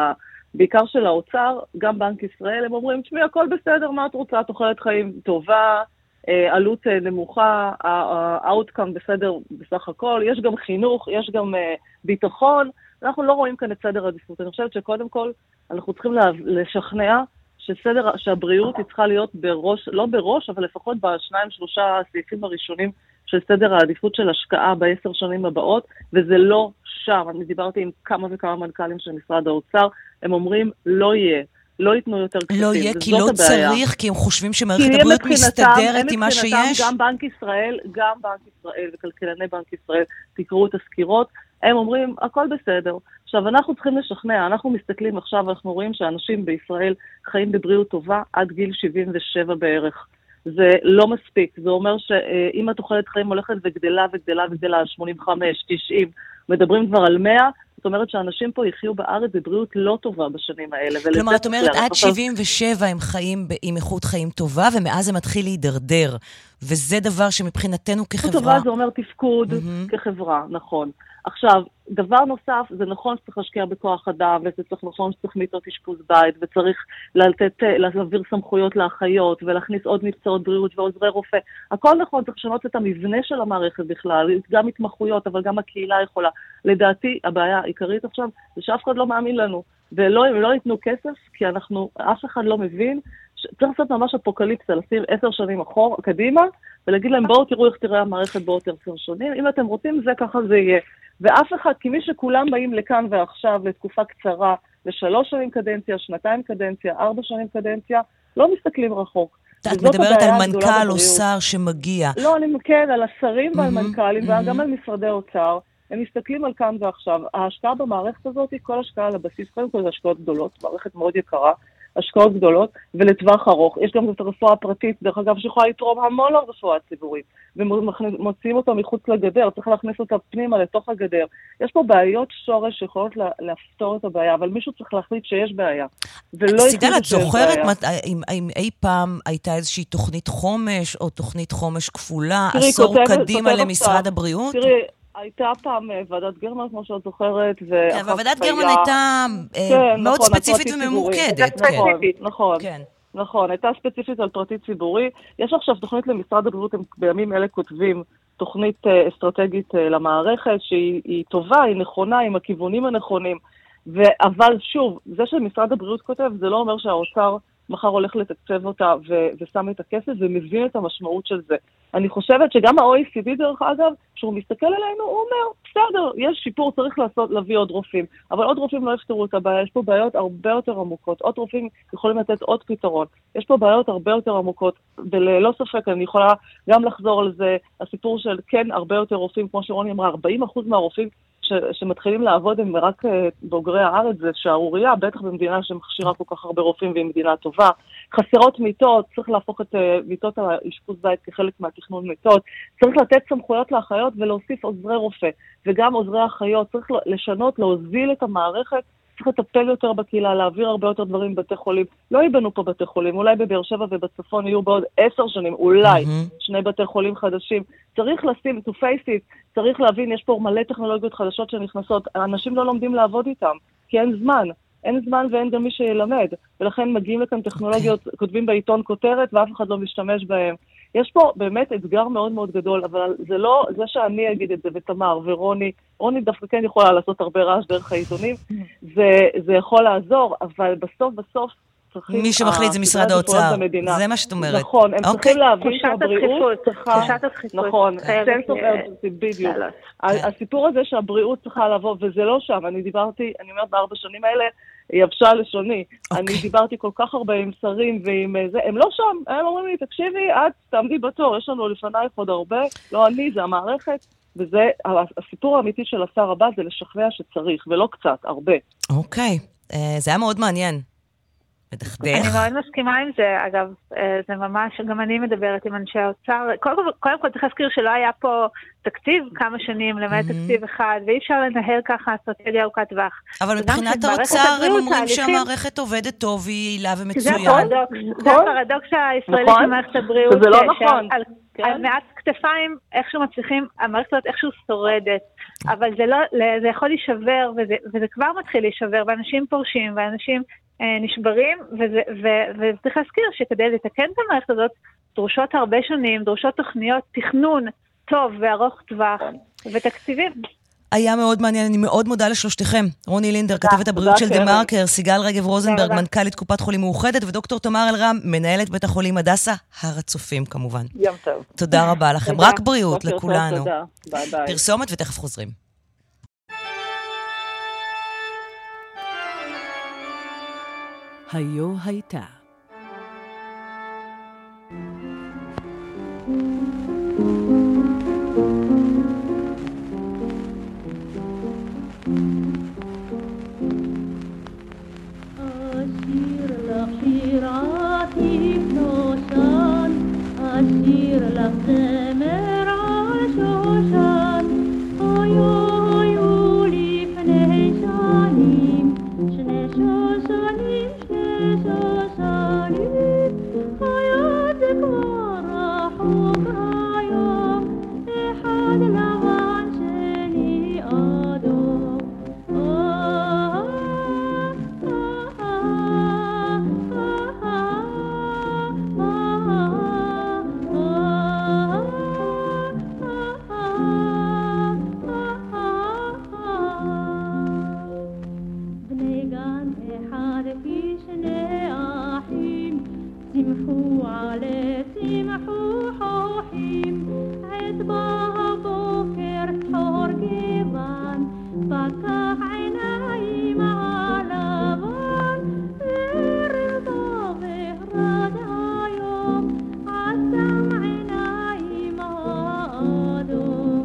בעיקר של האוצר, גם בנק ישראל, הם אומרים, תשמעי, הכל בסדר, מה את רוצה? תוחלת חיים טובה, עלות נמוכה, האוטקאם בסדר בסך הכל, יש גם חינוך, יש גם ביטחון, אנחנו לא רואים כאן את סדר העדיפות. אני חושבת שקודם כל אנחנו צריכים לשכנע שסדר, שהבריאות היא צריכה להיות בראש, לא בראש, אבל לפחות בשניים שלושה הסעיפים הראשונים של סדר העדיפות של השקעה בעשר שנים הבאות, וזה לא שם. אני דיברתי עם כמה וכמה מנכ"לים של משרד האוצר, הם אומרים לא יהיה. לא ייתנו יותר כספים. לא יהיה, כי לא צריך, כי הם חושבים שמערכת הבריאות מסתדרת עם מה שיש. גם בנק ישראל, גם בנק ישראל וכלכלני בנק ישראל, תקראו את הסקירות, הם אומרים, הכל בסדר. עכשיו, אנחנו צריכים לשכנע, אנחנו מסתכלים עכשיו, אנחנו רואים שאנשים בישראל חיים בבריאות טובה עד גיל שבעים ושבע בערך. זה לא מספיק. זה אומר שאם התוחלת חיים הולכת וגדלה וגדלה וגדלה, שמונים וחמש, תשעים, מדברים כבר על מאה, זאת אומרת שאנשים פה יחיו בארץ בבריאות לא טובה בשנים האלה. כלומר, את אומרת, עד שבעים ושבע הם חיים עם איכות חיים טובה, ומאז זה מתחיל להידרדר. וזה דבר שמבחינתנו כחברה... טובה זה אומר תפקוד כחברה, נכון. עכשיו, דבר נוסף, זה נכון שצריך להשקיע בכוח אדם, וזה צריך נכון שצריך מיטות אשפוז בית, וצריך לתת, להעביר סמכויות לאחיות, ולהכניס עוד מקצועות בריאות ועוזרי רופא. הכל נכון, צריך לשנות את המבנה של המערכת בכלל, גם התמחויות, אבל גם הקהילה יכולה. לדעתי, הבעיה העיקרית עכשיו, זה שאף אחד לא מאמין לנו, ולא, הם לא ייתנו כסף, כי אנחנו, אף אחד לא מבין, צריך לעשות ממש אפוקליפסה, לשים עשר שנים אחור, קדימה, ולהגיד להם, בואו תראו איך תראה המערכת בעוד עשר שנים, אם אתם רוצים, זה ככה זה יהיה. ואף אחד, כי מי שכולם באים לכאן ועכשיו, לתקופה קצרה, לשלוש שנים קדנציה, שנתיים קדנציה, ארבע שנים קדנציה, לא מסתכלים רחוק. את מדברת על מנכ"ל או שר שמגיע. לא, אני כן, על השרים ועל מנכ"לים, וגם על משרדי אוצר. הם מסתכלים על כאן ועכשיו. ההשקעה במערכת הזאת היא כל השקעה על הבסיס, קודם כל זה השקעות גדולות, מערכת מאוד יקרה, השקעות גדולות, ולטווח ארוך. יש גם את הרפואה הפרטית, דרך אגב, שיכולה לתרום המון לרפואה הציבורית, ומוציאים אותה מחוץ לגדר, צריך להכניס אותה פנימה לתוך הגדר. יש פה בעיות שורש שיכולות לפתור את הבעיה, אבל מישהו צריך להחליט שיש בעיה. סיגל, את זוכרת אם אי פעם הייתה איזושהי תוכנית חומש, או תוכנית חומש כפולה, עשור קדימה למשרד הבריאות? תראי, הייתה פעם ועדת גרמן, כמו שאת זוכרת, כן, ועדת גרמן הייתה מאוד ספציפית וממוקדת. נכון, נכון, הייתה ספציפית על פרטי ציבורי. יש עכשיו תוכנית למשרד הבריאות, הם בימים אלה כותבים תוכנית אסטרטגית למערכת, שהיא טובה, היא נכונה, עם הכיוונים הנכונים, אבל שוב, זה שמשרד הבריאות כותב, זה לא אומר שהאוצר מחר הולך לתקצב אותה ושם את הכסף ומבין את המשמעות של זה. אני חושבת שגם ה-או אי סי די דרך אגב, כשהוא מסתכל עלינו, הוא אומר, בסדר, יש שיפור, צריך לעשות, להביא עוד רופאים. אבל עוד רופאים לא יפתרו את הבעיה, יש פה בעיות הרבה יותר עמוקות. עוד רופאים יכולים לתת עוד פתרון. יש פה בעיות הרבה יותר עמוקות, וללא ספק, אני יכולה גם לחזור על זה, הסיפור של כן, הרבה יותר רופאים, כמו שרוני אמרה, ארבעים אחוז מהרופאים ש- שמתחילים לעבוד הם רק בוגרי הארץ, זה שערוריה, בטח במדינה שמכשירה כל כך הרבה רופאים והיא מדינה טובה. חסרות מיטות, צריך להפוך את מיטות האשפוז בית כחלק מהתכנון מיטות, צריך לתת סמכויות לאחיות ולהוסיף עוזרי רופא, וגם עוזרי אחיות, צריך לשנות, להוזיל את המערכת, צריך לטפל יותר בקהילה, להעביר הרבה יותר דברים בבתי חולים. לא ייבנו פה בתי חולים, אולי בבאר שבע ובצפון יהיו בעוד עשר שנים, אולי mm-hmm. שני בתי חולים חדשים. צריך לשים, to face it, צריך להבין, יש פה מלא טכנולוגיות חדשות שנכנסות, אנשים לא לומדים לעבוד איתם, כי אין זמן. אין זמן ואין גם מי שילמד, ולכן מגיעים לכאן טכנולוגיות, okay. כותבים בעיתון כותרת, ואף אחד לא משתמש בהם. יש פה באמת אתגר מאוד מאוד גדול, אבל זה לא, זה שאני אגיד את זה, ותמר ורוני, רוני דווקא כן יכולה לעשות הרבה רעש דרך העיתונים, זה, זה יכול לעזור, אבל בסוף בסוף צריכים... מי שמחליט זה משרד האוצר, זה מה שאת אומרת. נכון, הם צריכים להבין שהבריאות צריכה... תחושת הדחיפות. נכון, sense of urgency, בדיוק. הסיפור הזה שהבריאות צריכה לבוא, וזה לא שם, אני דיברתי, אני אומרת בארבע שנים האלה, יבשה לשוני. אני דיברתי כל כך הרבה עם שרים ועם זה, הם לא שם, הם אומרים לי, תקשיבי, את תעמדי בתור, יש לנו לפנייך עוד הרבה, לא אני, זה המערכת, וזה, הסיפור האמיתי של השר הבא זה לשכנע שצריך, ולא קצת, הרבה. אוקיי, זה היה מאוד מעניין. בדחדך. אני מאוד מסכימה עם זה, אגב, זה ממש, גם אני מדברת עם אנשי האוצר, קודם כל, כל צריך להזכיר שלא היה פה תקציב כמה שנים, למעט תקציב אחד, ואי אפשר לנהל ככה אסטרטגיה ארוכת טווח. אבל מבחינת האוצר הם אומרים שהמערכת עובדת טוב, היא יעילה ומצוין. זה הפרדוקס, זה הפרדוקס הישראלי של מערכת הבריאות. זה לא נכון. על מעט כתפיים, איכשהו מצליחים, המערכת הזאת איכשהו שורדת, אבל זה, לא, זה יכול להישבר, וזה, וזה כבר מתחיל להישבר, ואנשים פורשים, ואנשים אה, נשברים, וזה, ו, וצריך להזכיר שכדי לתקן את המערכת הזאת, דרושות הרבה שונים, דרושות תוכניות תכנון טוב וארוך טווח, ותקציבים. היה מאוד מעניין, אני מאוד מודה לשלושתכם. רוני לינדר, כתבת הבריאות של דה מרקר, סיגל רגב רוזנברג, מנכ"לית קופת חולים מאוחדת, ודוקטור תמר אלרם, מנהלת בית החולים הדסה, הר הצופים כמובן. יום טוב. תודה רבה לכם, רק בריאות לכולנו. תודה, ביי ביי. פרסומת ותכף חוזרים. היו הייתה. أسير لقمر عشوشان أيو أيو لي فنشانيم شنشوشانيم شنشوشانيم حياتك وراح وقرايوم إحد لغان شني أدوم سمحوا على سمحوا حوحيم عتبها بوكر حور جيبان فكاح عيناي مع لبان الرضا بهرد يوم عسم عيناي مع أدوم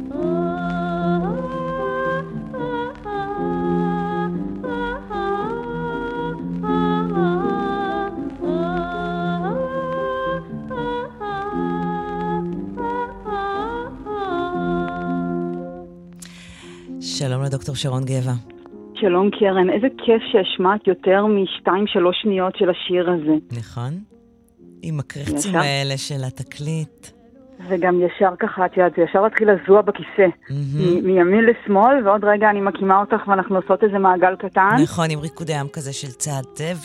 שלום לדוקטור שרון גבע. שלום קרן, איזה כיף שהשמעת יותר משתיים שלוש שניות של השיר הזה. נכון? עם הקרצים האלה של התקליט. וגם ישר ככה, את יודעת, זה ישר להתחיל לזוע בכיסא. מ- מימין לשמאל, ועוד רגע אני מקימה אותך ואנחנו עושות איזה מעגל קטן. נכון, עם ריקודי עם כזה של צד,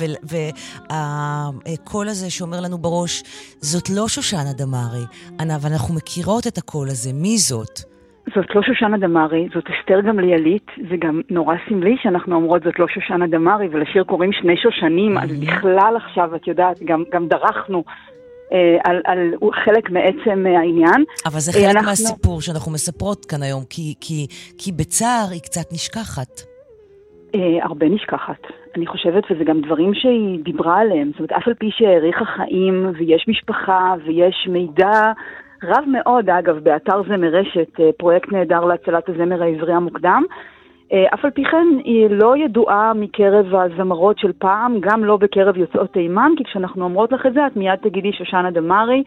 והקול הזה שאומר לנו בראש, זאת לא שושנה דמארי, אבל אנחנו מכירות את הקול הזה, מי זאת? זאת לא שושנה דמארי, זאת אסתר גמליאלית, זה גם נורא סמלי שאנחנו אומרות זאת לא שושנה דמארי, ולשיר קוראים שני שושנים, אז בכלל עכשיו, את יודעת, גם, גם דרכנו אה, על, על חלק מעצם העניין. אבל זה חלק אנחנו... מהסיפור שאנחנו מספרות כאן היום, כי, כי, כי בצער היא קצת נשכחת. אה, הרבה נשכחת, אני חושבת, וזה גם דברים שהיא דיברה עליהם, זאת אומרת, אף על פי שהעריכה חיים, ויש משפחה, ויש מידע, רב מאוד, אגב, באתר זמר רשת, פרויקט נהדר להצלת הזמר העברי המוקדם. אף על פי כן, היא לא ידועה מקרב הזמרות של פעם, גם לא בקרב יוצאות תימן, כי כשאנחנו אומרות לך את זה, את מיד תגידי שושנה דמארי,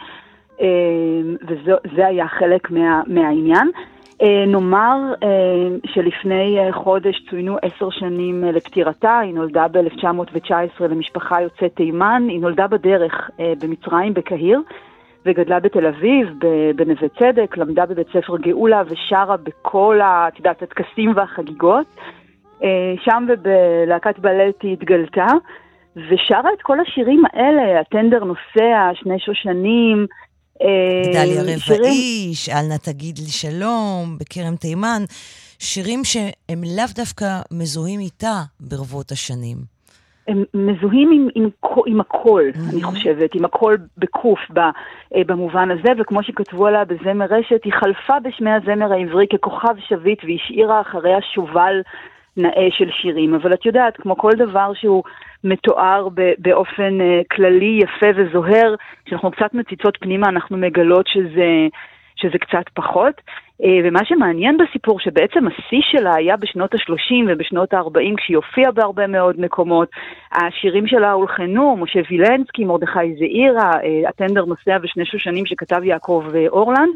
וזה היה חלק מה, מהעניין. נאמר שלפני חודש צוינו עשר שנים לפטירתה, היא נולדה ב-אלף תשע מאות תשע עשרה למשפחה יוצאת תימן, היא נולדה בדרך במצרים, בקהיר, וגדלה בתל אביב, בנווה צדק, למדה בבית ספר גאולה ושרה בכל התדעת, הטקסים והחגיגות. שם ובלהקת בלט היא התגלתה, ושרה את כל השירים האלה, הטנדר נוסע, שני שושנים, דליה רבעי, שאל נא תגיד לי שלום, בכרם תימן, שירים שהם לאו דווקא מזוהים איתה ברבות השנים. הם מזוהים עם, עם, עם הכל, mm-hmm. אני חושבת, עם הכל בקוף במובן הזה, וכמו שכתבו עליה בזמר רשת, היא חלפה בשמי הזמר העברי ככוכב שביט, והשאירה אחריה שובל נאה של שירים. אבל את יודעת, כמו כל דבר שהוא מתואר באופן כללי, יפה וזוהר, כשאנחנו קצת מציצות פנימה, אנחנו מגלות שזה, שזה קצת פחות. ומה שמעניין בסיפור, שבעצם השיא שלה היה בשנות ה-שלושים ובשנות ה-ארבעים, כשהיא הופיעה בהרבה מאוד מקומות. השירים שלה הולחנו, משה וילנסקי, מרדכי זעירה, הטנדר נוסע ושני שושנים שכתב יעקב אורלנד.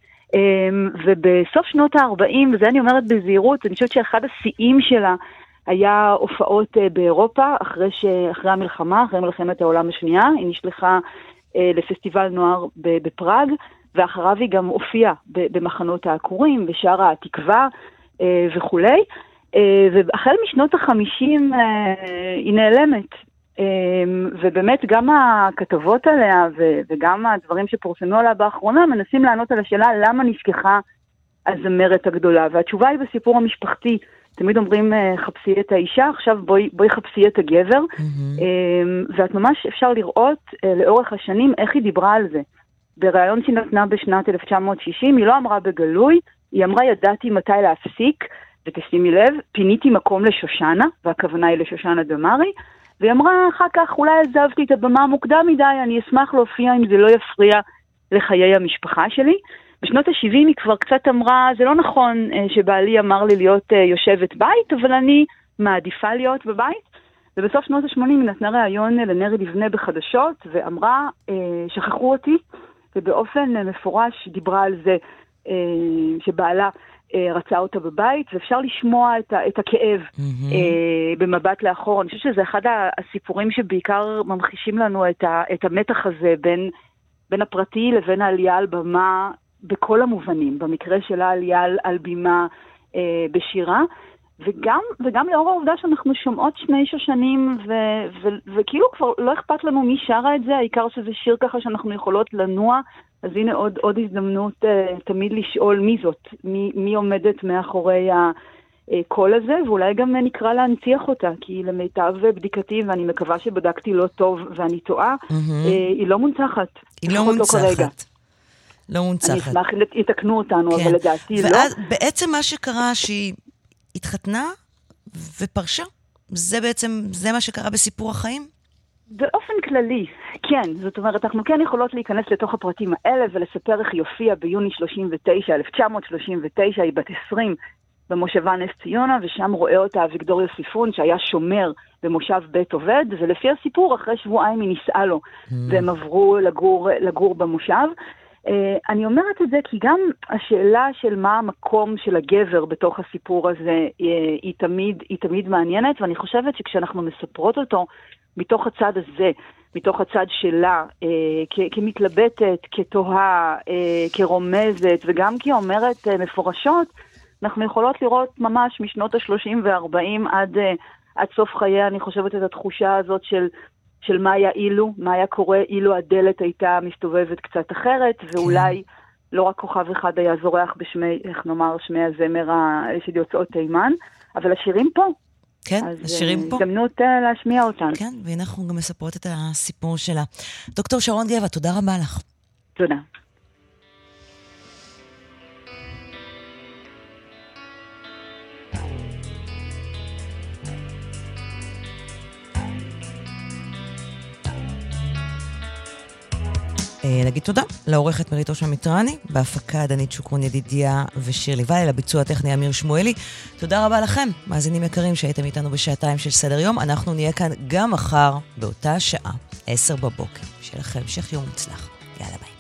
ובסוף שנות ה-ארבעים, וזה אני אומרת בזהירות, אני חושבת שאחד השיאים שלה היה הופעות באירופה, אחרי, ש... אחרי המלחמה, אחרי מלחמת העולם השנייה. היא נשלחה לפסטיבל נוער בפראג, ואחריו היא גם הופיעה במחנות העקורים, בשער התקווה, וכולי. והחל משנות החמישים היא נעלמת. ובאמת גם הכתבות עליה וגם הדברים שפורסמו עליה באחרונה מנסים לענות על השאלה למה נשכחה הזמרת הגדולה. והתשובה היא בסיפור המשפחתי. תמיד אומרים, חפשי את האישה, עכשיו בואי, בואי חפשי את הגבר. Mm-hmm. ואת ממש אפשר לראות לאורך השנים איך היא דיברה על זה. בריאיון שהיא נתנה בשנת אלף תשע מאות שישים, היא לא אמרה בגלוי, היא אמרה ידעתי מתי להפסיק, ותשימי לב, פיניתי מקום לשושנה, והכוונה היא לשושנה דמארי, והיא אמרה אחר כך, אולי עזבתי את הבמה מוקדם מדי, אני אשמח להופיע אם זה לא יפריע לחיי המשפחה שלי. בשנות ה-שבעים היא כבר קצת אמרה, זה לא נכון שבעלי אמר לי להיות יושבת בית, אבל אני מעדיפה להיות בבית. ובסוף שנות ה-שמונים היא נתנה ראיון לנרי לבנה בחדשות, ואמרה, שכחו אותי, ובאופן מפורש דיברה על זה שבעלה רצה אותה בבית, ואפשר לשמוע את, ה- את הכאב mm-hmm. במבט לאחור. אני חושבת שזה אחד הסיפורים שבעיקר ממחישים לנו את, ה- את המתח הזה בין, בין הפרטי לבין העלייה על במה, בכל המובנים, במקרה שלה עלייה על, על בימה אה, בשירה, וגם, וגם לאור העובדה שאנחנו שומעות שני שושנים, ו- ו- וכאילו כבר לא אכפת לנו מי שרה את זה, העיקר שזה שיר ככה שאנחנו יכולות לנוע, אז הנה עוד, עוד הזדמנות אה, תמיד לשאול מי זאת, מי, מי עומדת מאחורי הקול הזה, ואולי גם נקרא להנציח אותה, כי למיטב בדיקתי, ואני מקווה שבדקתי לא טוב ואני טועה, mm-hmm. אה, היא לא מונצחת. היא לא מונצחת. לא לא מונצחת. אני אשמח יתקנו אותנו, כן. אבל לדעתי לא. ואז בעצם מה שקרה שהיא התחתנה ופרשה, זה בעצם, זה מה שקרה בסיפור החיים? באופן כללי, כן. זאת אומרת, אנחנו כן יכולות להיכנס לתוך הפרטים האלה ולספר איך היא הופיעה ביוני שלושים ותשע, אלף תשע מאות שלושים ותשע, היא בת עשרים במושבה נס ציונה, ושם רואה אותה אביגדור יוסיפון, שהיה שומר במושב בית עובד, ולפי הסיפור, אחרי שבועיים היא נישאה לו, mm. והם עברו לגור, לגור במושב. Uh, אני אומרת את זה כי גם השאלה של מה המקום של הגבר בתוך הסיפור הזה היא, היא, תמיד, היא תמיד מעניינת, ואני חושבת שכשאנחנו מספרות אותו מתוך הצד הזה, מתוך הצד שלה, uh, כ- כמתלבטת, כתוהה, uh, כרומזת, וגם כאומרת uh, מפורשות, אנחנו יכולות לראות ממש משנות ה-שלושים ו-ארבעים עד, uh, עד סוף חייה, אני חושבת את התחושה הזאת של של מה היה אילו, מה היה קורה אילו הדלת הייתה מסתובבת קצת אחרת, ואולי לא רק כוכב אחד היה זורח בשמי, איך נאמר, שמי הזמר של יוצאות תימן, אבל השירים פה. כן, השירים פה. אז הזדמנות להשמיע אותן. כן, ואנחנו גם מספרות את הסיפור שלה. דוקטור שרון גבע, תודה רבה לך. תודה. נגיד תודה לעורכת מריתו של מיטרני, בהפקה דנית שוקרון ידידיה ושיר ליבל, לביצוע הטכני אמיר שמואלי. תודה רבה לכם, מאזינים יקרים שהייתם איתנו בשעתיים של סדר יום. אנחנו נהיה כאן גם מחר באותה שעה, עשר בבוקר. שיהיה לכם המשך יום מוצלח. יאללה ביי.